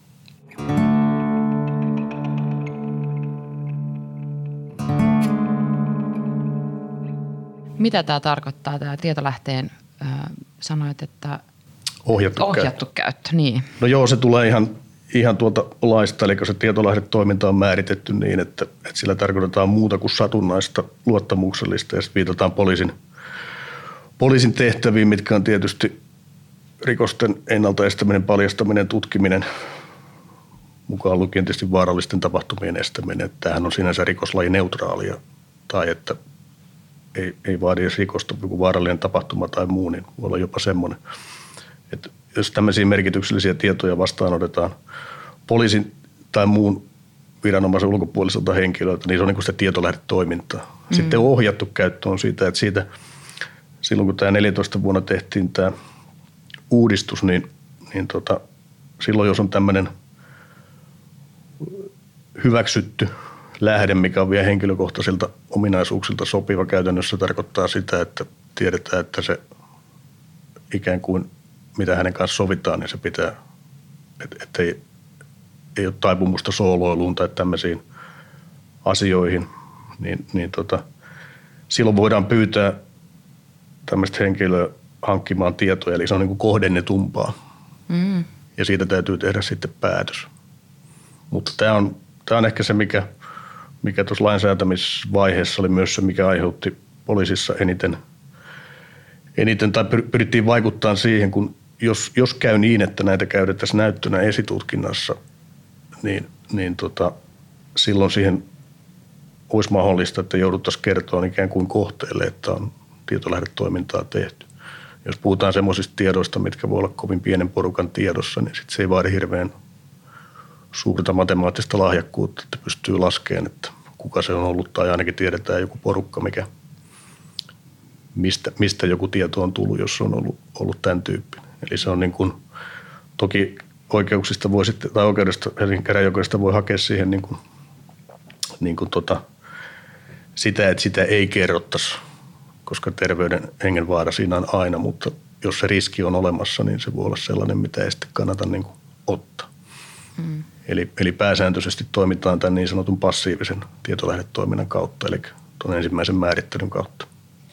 Mitä tämä tarkoittaa, tämä tietolähteen, äh, sanoit, että ohjattu, ohjattu käyttö. käyttö. Niin. No joo, se tulee ihan, ihan tuolta laista, eli se tietolähdetoiminta on määritetty niin, että, että sillä tarkoitetaan muuta kuin satunnaista luottamuksellista ja sitten viitataan poliisin, poliisin tehtäviin, mitkä on tietysti rikosten ennaltaestäminen, paljastaminen, tutkiminen, mukaan lukien tietysti vaarallisten tapahtumien estäminen. Tämähän on sinänsä rikoslajineutraalia tai että Ei, ei vaadi edes rikosta, joku vaarallinen tapahtuma tai muu, niin voi olla jopa semmoinen. Että jos tämmöisiä merkityksellisiä tietoja vastaanotetaan poliisin tai muun viranomaisen ulkopuoliselta henkilöltä, niin se on niin kuin sitä tietolähdetoimintaa. Mm. Sitten ohjattu käyttö on siitä, että siitä, silloin kun tämä neljätoista vuonna tehtiin tämä uudistus, niin, niin tota, silloin jos on tämmöinen hyväksytty lähde, mikä on vielä henkilökohtaisilta ominaisuuksilta sopiva, käytännössä tarkoittaa sitä, että tiedetään, että se ikään kuin mitä hänen kanssa sovitaan, niin se pitää, että ei, ei ole taipumusta sooloiluun tai tämmöisiin asioihin, niin, niin tota, silloin voidaan pyytää tämmöistä henkilöä hankkimaan tietoja, eli se on niin kuin kohdennetumpaa. Mm. Ja siitä täytyy tehdä sitten päätös. Mutta tämä on, tämä on ehkä se, mikä mikä tuossa lainsäätämisvaiheessa oli myös se, mikä aiheutti poliisissa eniten, eniten tai pyrittiin vaikuttaa siihen, kun jos, jos käy niin, että näitä käytettäisiin näyttönä esitutkinnassa, niin, niin tota, silloin siihen olisi mahdollista, että jouduttaisiin kertoa ikään kuin kohteelle, että on tietolähdetoimintaa tehty. Jos puhutaan semmoisista tiedoista, mitkä voi olla kovin pienen porukan tiedossa, niin sit se ei vaadi hirveän suurta matemaattista lahjakkuutta, että pystyy laskemaan, että kuka se on ollut, tai ainakin tiedetään joku porukka, mikä, mistä, mistä joku tieto on tullut, jos on ollut, ollut tämän tyyppinen. Eli se on niin kuin, toki oikeuksista voi sitten, tai oikeudesta, Helsingin käräjäoikeudesta voi hakea siihen niin kuin, niin kuin tota, sitä, että sitä ei kerrottaisi, koska terveyden hengenvaara siinä on aina, mutta jos se riski on olemassa, niin se voi olla sellainen, mitä ei sitten kannata niin kuin ottaa. Mm. Eli, eli pääsääntöisesti toimitaan tämän niin sanotun passiivisen tietolähdetoiminnan kautta, eli tuon ensimmäisen määrittelyn kautta.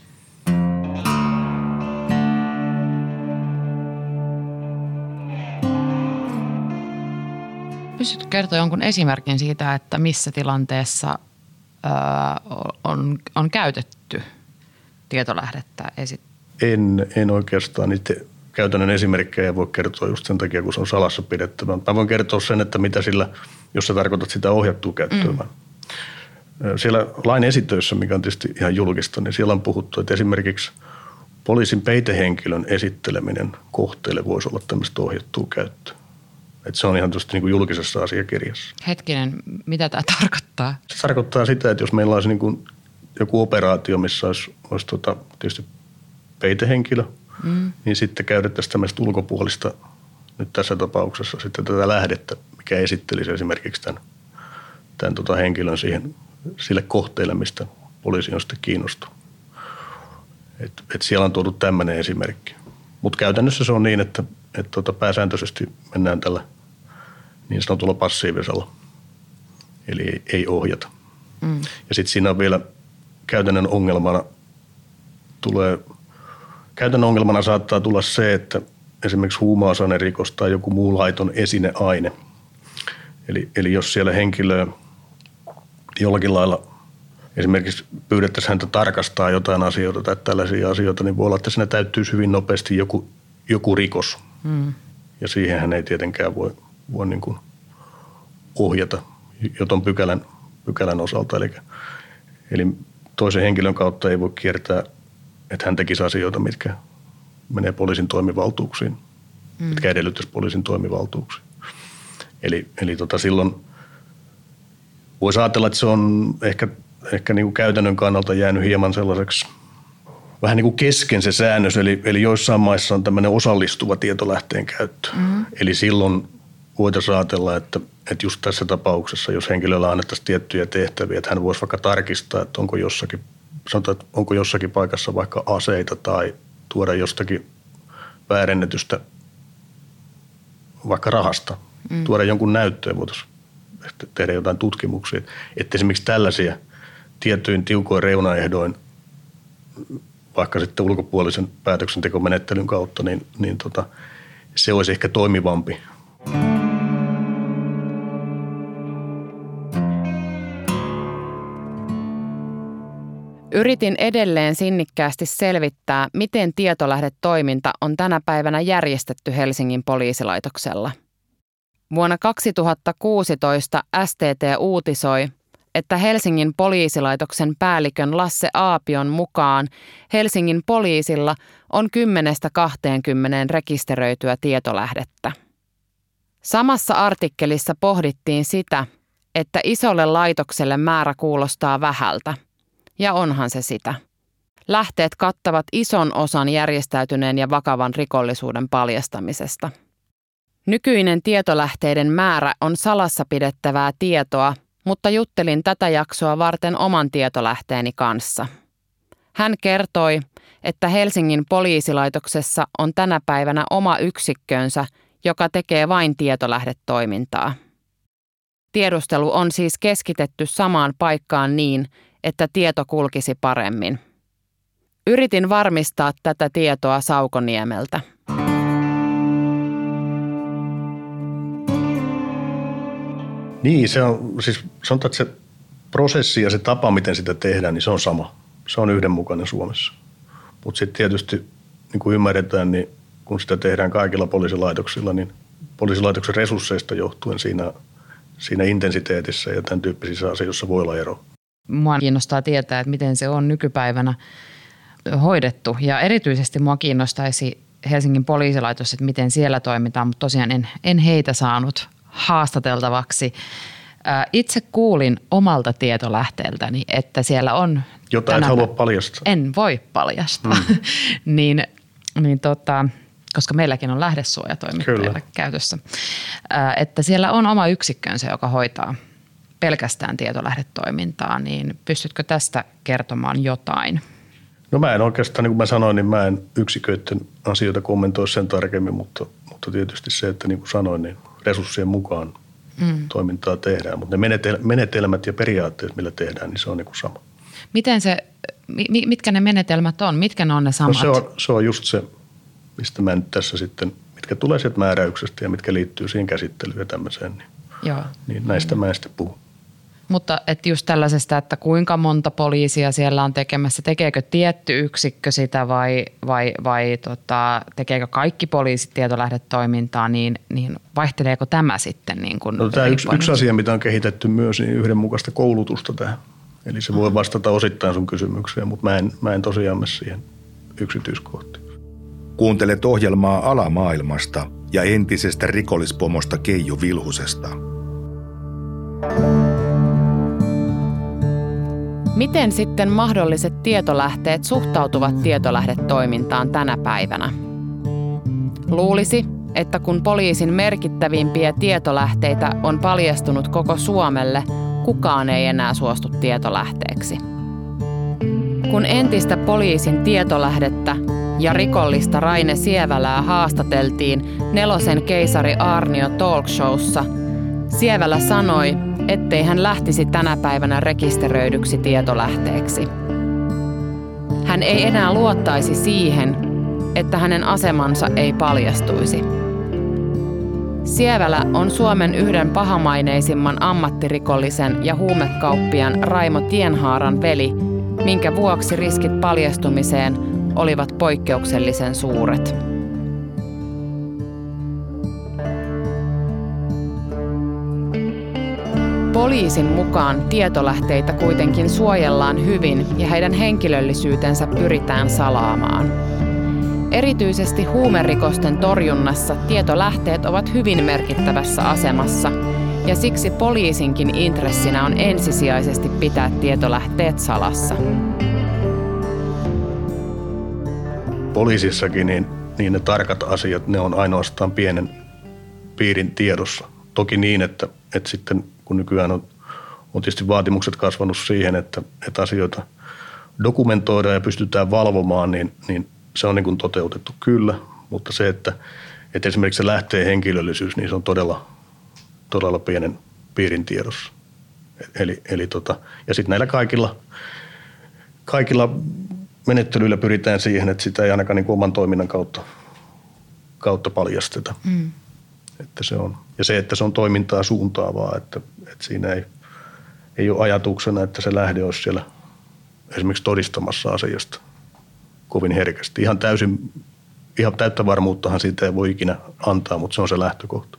Pystytkö kertoa jonkun esimerkin siitä, että missä tilanteessa ää, on, on käytetty tietolähdettä esittää? En, en oikeastaan niitä käytännön esimerkkejä voi kertoa just sen takia, kun se on salassa pidettävä. Mä voin kertoa sen, että mitä sillä, jos sä tarkoitat sitä ohjattua käyttöä. Mm. Siellä lain esitöissä, mikä on tietysti ihan julkista, niin siellä on puhuttu, että esimerkiksi poliisin peitehenkilön esitteleminen kohteelle voisi olla tämmöistä ohjattua käyttöä. Että se on ihan tuosta niin kuin julkisessa asiakirjassa. Hetkinen, mitä tämä tarkoittaa? Se tarkoittaa sitä, että jos meillä olisi niin kuin joku operaatio, missä olisi, olisi tuota, tietysti peitehenkilö, mm. niin sitten käytettäisiin tämmöistä ulkopuolista, nyt tässä tapauksessa sitten tätä lähdettä, mikä esittelisi esimerkiksi tämän, tämän tota henkilön siihen, sille kohteelle, mistä poliisi on sitten kiinnostunut. Et, et siellä on tuotu tämmöinen esimerkki. Mutta käytännössä se on niin, että et tota pääsääntöisesti mennään tällä niin sanotulla passiivisella, eli ei, ei ohjata. Mm. Ja sitten siinä on vielä käytännön ongelmana tulee, käytännön ongelmana saattaa tulla se, että esimerkiksi huumausainerikos tai joku muu laiton esineaine. Eli, eli jos siellä henkilöä jollakin lailla esimerkiksi pyydettäisiin häntä tarkastaa jotain asioita tai tällaisia asioita, niin voi olla, että siinä täyttyisi hyvin nopeasti joku, joku rikos. Mm. Ja siihen hän ei tietenkään voi, voi niin kuin ohjata joton pykälän, pykälän osalta. Eli, eli toisen henkilön kautta ei voi kiertää, että hän tekisi asioita, mitkä menee poliisin toimivaltuuksiin, mm. mitkä edellyttäisi poliisin toimivaltuuksiin. Eli, eli tota silloin voisi ajatella, että se on ehkä, ehkä niin kuin käytännön kannalta jäänyt hieman sellaiseksi vähän niin kuin kesken se säännös. Eli, eli joissain maissa on tämmöinen osallistuva tietolähteen käyttö. Mm. Eli silloin voitaisiin ajatella, että, että just tässä tapauksessa, jos henkilöllä annettaisiin tiettyjä tehtäviä, että hän voisi vaikka tarkistaa, että onko jossakin, sanotaan, että onko jossakin paikassa vaikka aseita tai tuoda jostakin väärennetystä vaikka rahasta, mm. tuoda jonkun näyttöä, voitaisiin tehdä jotain tutkimuksia. Että esimerkiksi tällaisia tiettyyn tiukoin reunaehdoin, vaikka sitten ulkopuolisen päätöksentekomenettelyn kautta, niin, niin tota, se olisi ehkä toimivampi. Yritin edelleen sinnikkäästi selvittää, miten tietolähdetoiminta on tänä päivänä järjestetty Helsingin poliisilaitoksella. Vuonna kaksituhattakuusitoista S T T uutisoi, että Helsingin poliisilaitoksen päällikön Lasse Aapion mukaan Helsingin poliisilla on kymmenestä kahteenkymmeneen rekisteröityä tietolähdettä. Samassa artikkelissa pohdittiin sitä, että isolle laitokselle määrä kuulostaa vähältä. Ja onhan se sitä. Lähteet kattavat ison osan järjestäytyneen ja vakavan rikollisuuden paljastamisesta. Nykyinen tietolähteiden määrä on salassa pidettävää tietoa, mutta juttelin tätä jaksoa varten oman tietolähteeni kanssa. Hän kertoi, että Helsingin poliisilaitoksessa on tänä päivänä oma yksikkönsä, joka tekee vain tietolähdetoimintaa. Tiedustelu on siis keskitetty samaan paikkaan niin, että tieto kulkisi paremmin. Yritin varmistaa tätä tietoa Saukoniemeltä. Niin, se on, siis sanotaan, että se prosessi ja se tapa, miten sitä tehdään, niin se on sama. Se on yhdenmukainen Suomessa. Mutta sitten tietysti, niin kuin ymmärretään, niin kun sitä tehdään kaikilla poliisilaitoksilla, niin poliisilaitoksen resursseista johtuen siinä, siinä intensiteetissä ja tämän tyyppisissä asioissa voi olla ero. Mua kiinnostaa tietää, että miten se on nykypäivänä hoidettu ja erityisesti mua kiinnostaisi Helsingin poliisilaitos, että miten siellä toimitaan, mutta tosiaan en, en heitä saanut haastateltavaksi. Itse kuulin omalta tietolähteeltäni, että siellä on... Jota et halua paljastaa. En voi paljastaa, mm. niin, niin tota, koska meilläkin on lähdesuojatoimittajilla käytössä. Että siellä on oma yksikkönsä, joka hoitaa pelkästään tietolähdetoimintaa, niin pystytkö tästä kertomaan jotain? No mä en oikeastaan, niin kuin mä sanoin, niin mä en yksiköiden asioita kommentoi sen tarkemmin, mutta, mutta tietysti se, että niin kuin sanoin, niin resurssien mukaan mm. toimintaa tehdään, mutta ne menetelmät ja periaatteet, millä tehdään, niin se on niin kuin sama. Miten se, mitkä ne menetelmät on? Mitkä ne on ne samat? No se on, se on just se, mistä mä nyt tässä sitten, mitkä tulee sieltä määräyksestä ja mitkä liittyy siihen käsittelyyn ja tämmöiseen, niin, Joo. niin näistä mä en sitten puhu. Mutta että just tällaisesta, että kuinka monta poliisia siellä on tekemässä, tekeekö tietty yksikkö sitä vai, vai, vai tota, tekeekö kaikki poliisit tietolähdetoimintaa, niin, niin vaihteleeko tämä sitten? Niin kuin no, tämä yksi, yksi asia, mitä on kehitetty myös, niin yhdenmukaista koulutusta tähän. Eli se voi vastata osittain sun kysymykseen, mutta mä en, mä en tosiaan mene siihen yksityiskohtiin. Kuuntelet ohjelmaa alamaailmasta ja entisestä rikollispomosta Keijo Vilhusesta. Miten sitten mahdolliset tietolähteet suhtautuvat tietolähdetoimintaan tänä päivänä? Luulisi, että kun poliisin merkittävimpiä tietolähteitä on paljastunut koko Suomelle, kukaan ei enää suostu tietolähteeksi. Kun entistä poliisin tietolähdettä ja rikollista Raine Sievälää haastateltiin Nelosen keisari Aarnio talkshowssa, Sievälä sanoi, ettei hän lähtisi tänä päivänä rekisteröidyksi tietolähteeksi. Hän ei enää luottaisi siihen, että hänen asemansa ei paljastuisi. Sievälä on Suomen yhden pahamaineisimman ammattirikollisen ja huumekauppian Raimo Tienhaaran veli, minkä vuoksi riskit paljastumiseen olivat poikkeuksellisen suuret. Poliisin mukaan tietolähteitä kuitenkin suojellaan hyvin ja heidän henkilöllisyytensä pyritään salaamaan. Erityisesti huumerikosten torjunnassa tietolähteet ovat hyvin merkittävässä asemassa ja siksi poliisinkin intressinä on ensisijaisesti pitää tietolähteet salassa. Poliisissakin niin, niin ne tarkat asiat, ne on ainoastaan pienen piirin tiedossa. Toki niin, että, että sitten kun nykyään on, on tietysti vaatimukset kasvanut siihen, että, että asioita dokumentoidaan ja pystytään valvomaan, niin, niin se on niin kuin toteutettu kyllä, mutta se, että, että esimerkiksi se lähtee henkilöllisyys, niin se on todella, todella pienen piirin tiedossa. Eli, eli tota, ja sitten näillä kaikilla, kaikilla menettelyillä pyritään siihen, että sitä ei ainakaan niin kuin oman toiminnan kautta, kautta paljasteta. Mm. Että se on, ja se, että se on toimintaa suuntaavaa, että, että siinä ei, ei ole ajatuksena, että se lähde olisi siellä esimerkiksi todistamassa asiasta kovin herkästi. Ihan täysin, ihan täyttä varmuuttahan siitä ei voi ikinä antaa, mutta se on se lähtökohta.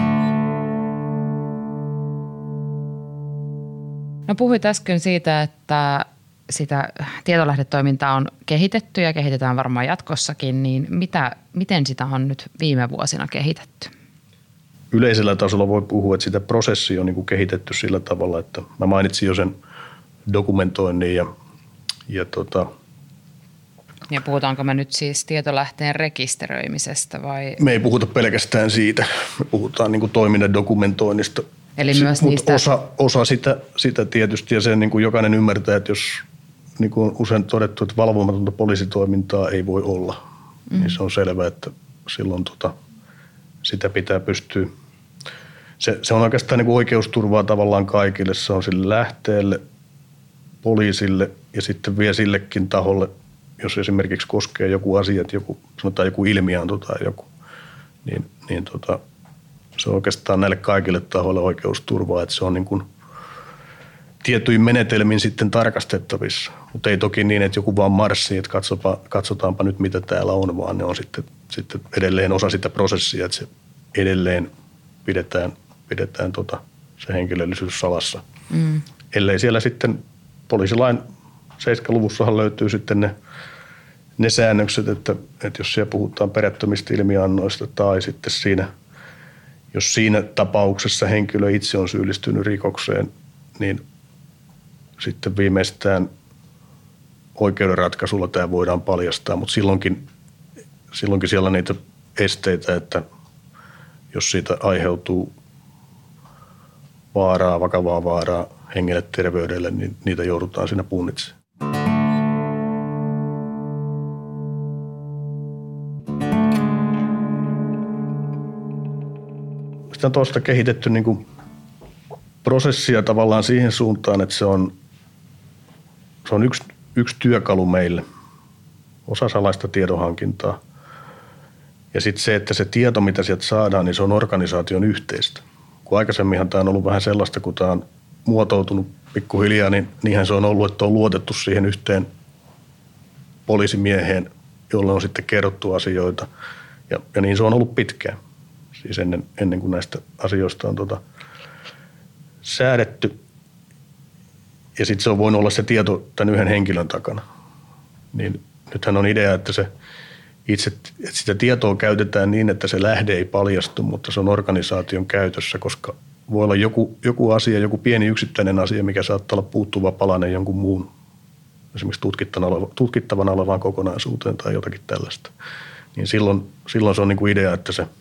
No puhuit äsken siitä, että sitä tietolähdetoimintaa on kehitetty ja kehitetään varmaan jatkossakin, niin mitä, miten sitä on nyt viime vuosina kehitetty? Yleisellä tasolla voi puhua, että sitä prosessia on niin kuin kehitetty sillä tavalla, että mä mainitsin jo sen dokumentoinnin ja, ja tota, Ja puhutaanko me nyt siis tietolähteen rekisteröimisestä vai? Me ei puhuta pelkästään siitä. Me puhutaan niin kuin toiminnan dokumentoinnista. Eli myös Mut niistä... osa, osa sitä, sitä tietysti ja sen niin kuin jokainen ymmärtää, että jos niin kuin on usein todettu, että valvomatonta poliisitoimintaa ei voi olla, mm. niin se on selvää, että silloin tota, sitä pitää pystyä. Se, se on oikeastaan niin kuin oikeusturvaa tavallaan kaikille. Se on sille lähteelle, poliisille ja sitten vielä sillekin taholle, jos esimerkiksi koskee joku asia, että joku, sanotaan joku ilmianto tai joku, niin, niin tota, se on oikeastaan näille kaikille tahoille oikeusturvaa, että se on niin kuin tietyin menetelmin sitten tarkastettavissa. Mutta ei toki niin, että joku vaan marssii, että katsopa, katsotaanpa nyt mitä täällä on, vaan ne on sitten, sitten edelleen osa sitä prosessia, että se edelleen pidetään, pidetään tota, se henkilöllisyys salassa. Mm. Ellei siellä sitten poliisilain seitsemänkymmentäluvussahan löytyy sitten ne, ne säännökset, että, että jos siellä puhutaan perättömistä ilmiannoista tai sitten siinä, jos siinä tapauksessa henkilö itse on syyllistynyt rikokseen, niin sitten viimeistään oikeudenratkaisulla tämä voidaan paljastaa, mutta silloinkin, silloinkin siellä on niitä esteitä, että jos siitä aiheutuu vaaraa, vakavaa vaaraa hengelle, terveydelle, niin niitä joudutaan siinä punnitsemaan. Sitä on tuosta kehitetty niin kuin prosessia tavallaan siihen suuntaan, että se on, se on yksi, yksi työkalu meille, osa salaista tiedonhankintaa. Ja sitten se, että se tieto, mitä sieltä saadaan, niin se on organisaation yhteistä. Kun aikaisemminhan tämä on ollut vähän sellaista, kun tämä on muotoutunut pikkuhiljaa, niin niinhän se on ollut, että on luotettu siihen yhteen poliisimieheen, jolle on sitten kerrottu asioita. Ja, ja niin se on ollut pitkään, siis ennen, ennen kuin näistä asioista on tuota säädetty. Ja sitten se on voinut olla se tieto tämän yhden henkilön takana. Niin nythän on idea, että se itse, että sitä tietoa käytetään niin, että se lähde ei paljastu, mutta se on organisaation käytössä, koska voi olla joku, joku asia, joku pieni yksittäinen asia, mikä saattaa olla puuttuva palanen jonkun muun, esimerkiksi tutkittavana olevaan kokonaisuuteen tai jotakin tällaista. Niin silloin, silloin se on niin kuin idea, että se,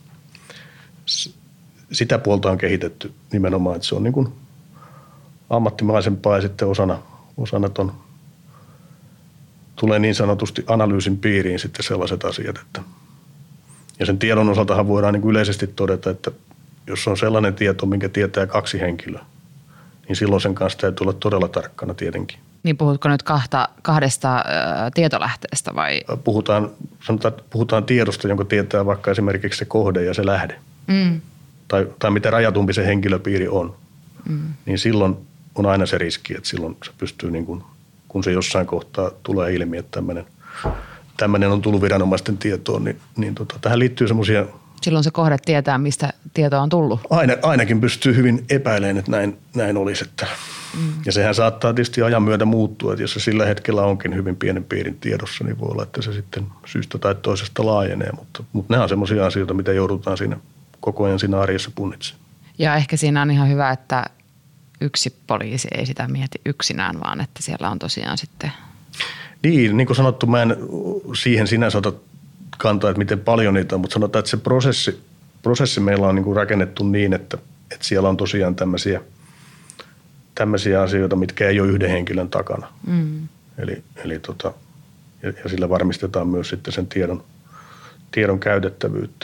sitä puolta on kehitetty nimenomaan, että se on niin kuin ammattimaisempaa ja sitten osana, osana ton tulee niin sanotusti analyysin piiriin sitten sellaiset asiat, että ja sen tiedon osaltahan voidaan niin kuin yleisesti todeta, että jos on sellainen tieto, minkä tietää kaksi henkilöä, niin silloin sen kanssa täytyy olla todella tarkkana tietenkin. Niin puhutko nyt kahta, kahdesta ä, tietolähteestä vai? Puhutaan, sanotaan, puhutaan tiedosta, jonka tietää vaikka esimerkiksi se kohde ja se lähde. Mm. Tai, tai mitä rajatumpi se henkilöpiiri on. Mm. Niin silloin on aina se riski, että silloin se pystyy niin kuin, kun se jossain kohtaa tulee ilmi, että tämmöinen, tämmöinen on tullut viranomaisten tietoon, niin, niin tota, tähän liittyy semmoisia. Silloin se kohde tietää, mistä tietoa on tullut. Aina, ainakin pystyy hyvin epäilemään, että näin, näin olisi. Että. Mm. Ja sehän saattaa tietysti ajan myötä muuttua, että jos se sillä hetkellä onkin hyvin pienen piirin tiedossa, niin voi olla, että se sitten syystä tai toisesta laajenee. Mutta, mutta nämä on semmoisia asioita, mitä joudutaan siinä koko ajan siinä arjessa punnitsemaan. Ja ehkä siinä on ihan hyvä, että yksi poliisi ei sitä mieti yksinään, vaan että siellä on tosiaan sitten. Niin, niin kuin sanottu, mä en siihen sinänsä ota kantaa, että miten paljon niitä on, mutta sanotaan, että se prosessi, prosessi meillä on niin kuin rakennettu niin, että, että siellä on tosiaan tämmöisiä, tämmöisiä asioita, mitkä ei ole yhden henkilön takana. Mm. Eli, eli tota, ja, ja sillä varmistetaan myös sitten sen tiedon, tiedon käytettävyyttä.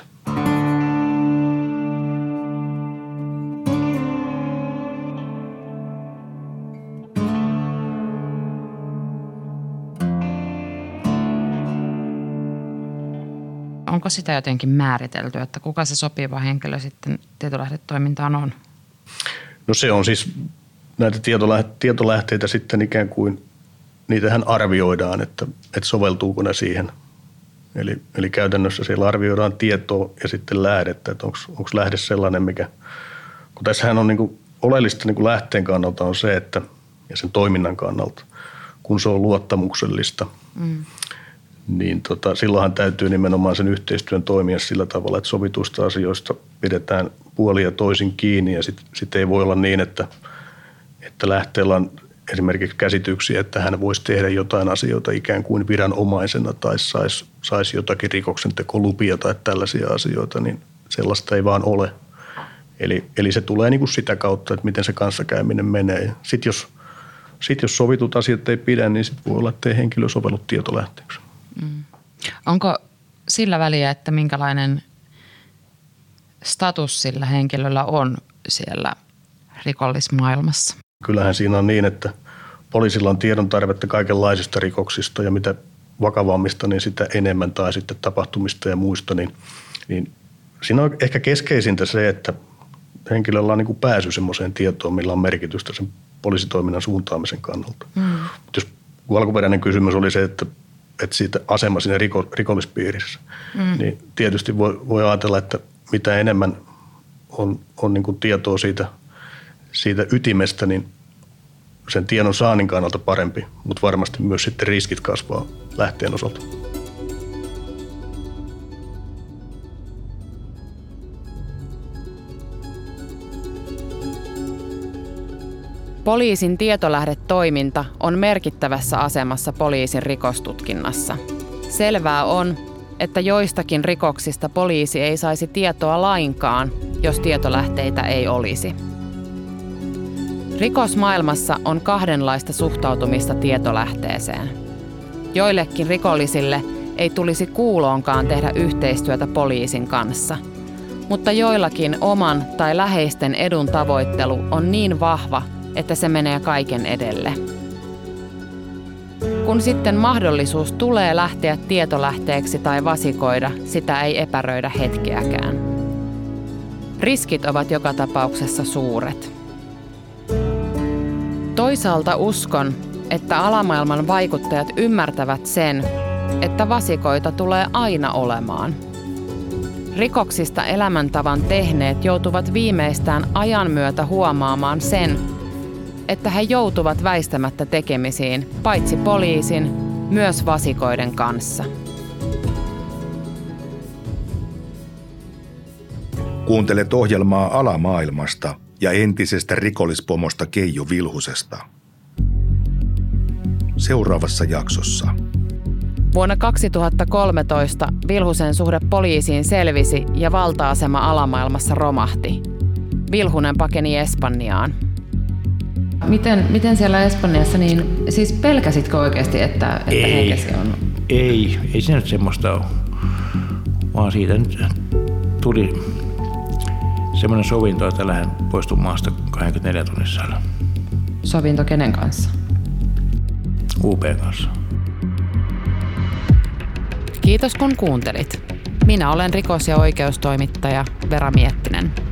Onko sitä jotenkin määritelty, että kuka se sopiva henkilö sitten tietolähdetoimintaan on? No se on siis näitä tietolähteitä sitten ikään kuin, niitähän arvioidaan, että, että soveltuuko ne siihen. Eli, eli käytännössä siellä arvioidaan tietoa ja sitten lähdettä, että onko lähde sellainen, mikä, kun tässähän on niin kuin oleellista niin kuin lähteen kannalta on se, että ja sen toiminnan kannalta, kun se on luottamuksellista, mm. niin tota, silloinhan täytyy nimenomaan sen yhteistyön toimia sillä tavalla, että sovituista asioista pidetään puolin ja toisin kiinni ja sitten sit ei voi olla niin, että, että lähteellä on esimerkiksi käsityksiä, että hän voisi tehdä jotain asioita ikään kuin viranomaisena tai saisi sais jotakin rikoksentekolupia tai tällaisia asioita, niin sellaista ei vaan ole. Eli, eli se tulee niin kuin sitä kautta, että miten se kanssakäyminen menee. Sitten jos, sit jos sovitut asiat ei pidä, niin sitten voi olla, että ei henkilö sovellu tietolähteeksi. Mm. Onko sillä väliä, että minkälainen status sillä henkilöllä on siellä rikollismaailmassa? Kyllähän siinä on niin, että poliisilla on tiedon tarvetta kaikenlaisista rikoksista ja mitä vakavammista, niin sitä enemmän tai sitten tapahtumista ja muista. Niin, niin siinä on ehkä keskeisintä se, että henkilöllä on niin kuin pääsy semmoiseen tietoon, millä on merkitystä sen poliisitoiminnan suuntaamisen kannalta. Mm. Mutta jos alkuperäinen kysymys oli se, että että siitä asema siinä riko, rikollispiirissä, mm. niin tietysti voi, voi ajatella, että mitä enemmän on, on niin kuin tietoa siitä, siitä ytimestä, niin sen tiedon saannin kannalta parempi, mutta varmasti myös sitten riskit kasvaa lähteen osalta. Poliisin tietolähdetoiminta on merkittävässä asemassa poliisin rikostutkinnassa. Selvää on, että joistakin rikoksista poliisi ei saisi tietoa lainkaan, jos tietolähteitä ei olisi. Rikosmaailmassa on kahdenlaista suhtautumista tietolähteeseen. Joillekin rikollisille ei tulisi kuuloonkaan tehdä yhteistyötä poliisin kanssa, mutta joillakin oman tai läheisten edun tavoittelu on niin vahva, että se menee kaiken edelle. Kun sitten mahdollisuus tulee lähteä tietolähteeksi tai vasikoida, sitä ei epäröidä hetkeäkään. Riskit ovat joka tapauksessa suuret. Toisaalta uskon, että alamaailman vaikuttajat ymmärtävät sen, että vasikoita tulee aina olemaan. Rikoksista elämäntavan tehneet joutuvat viimeistään ajan myötä huomaamaan sen, että he joutuvat väistämättä tekemisiin paitsi poliisin, myös vasikoiden kanssa. Kuuntelet ohjelmaa alamaailmasta ja entisestä rikollispomosta Keijo Vilhusesta. Seuraavassa jaksossa. Vuonna kaksituhattakolmetoista Vilhusen suhde poliisiin selvisi ja valta-asema alamaailmassa romahti. Vilhunen pakeni Espanjaan. Miten, miten siellä Espanjassa, niin siis pelkäsitkö oikeasti, että, että ei, henkesi on? Ei, ei se nyt semmoista ole, vaan siitä nyt tuli semmoinen sovinto, että lähden poistun maasta kaksikymmentäneljä tunnissa. Sovinto kenen kanssa? U P kanssa. Kiitos kun kuuntelit. Minä olen rikos- ja oikeustoimittaja Vera Miettinen.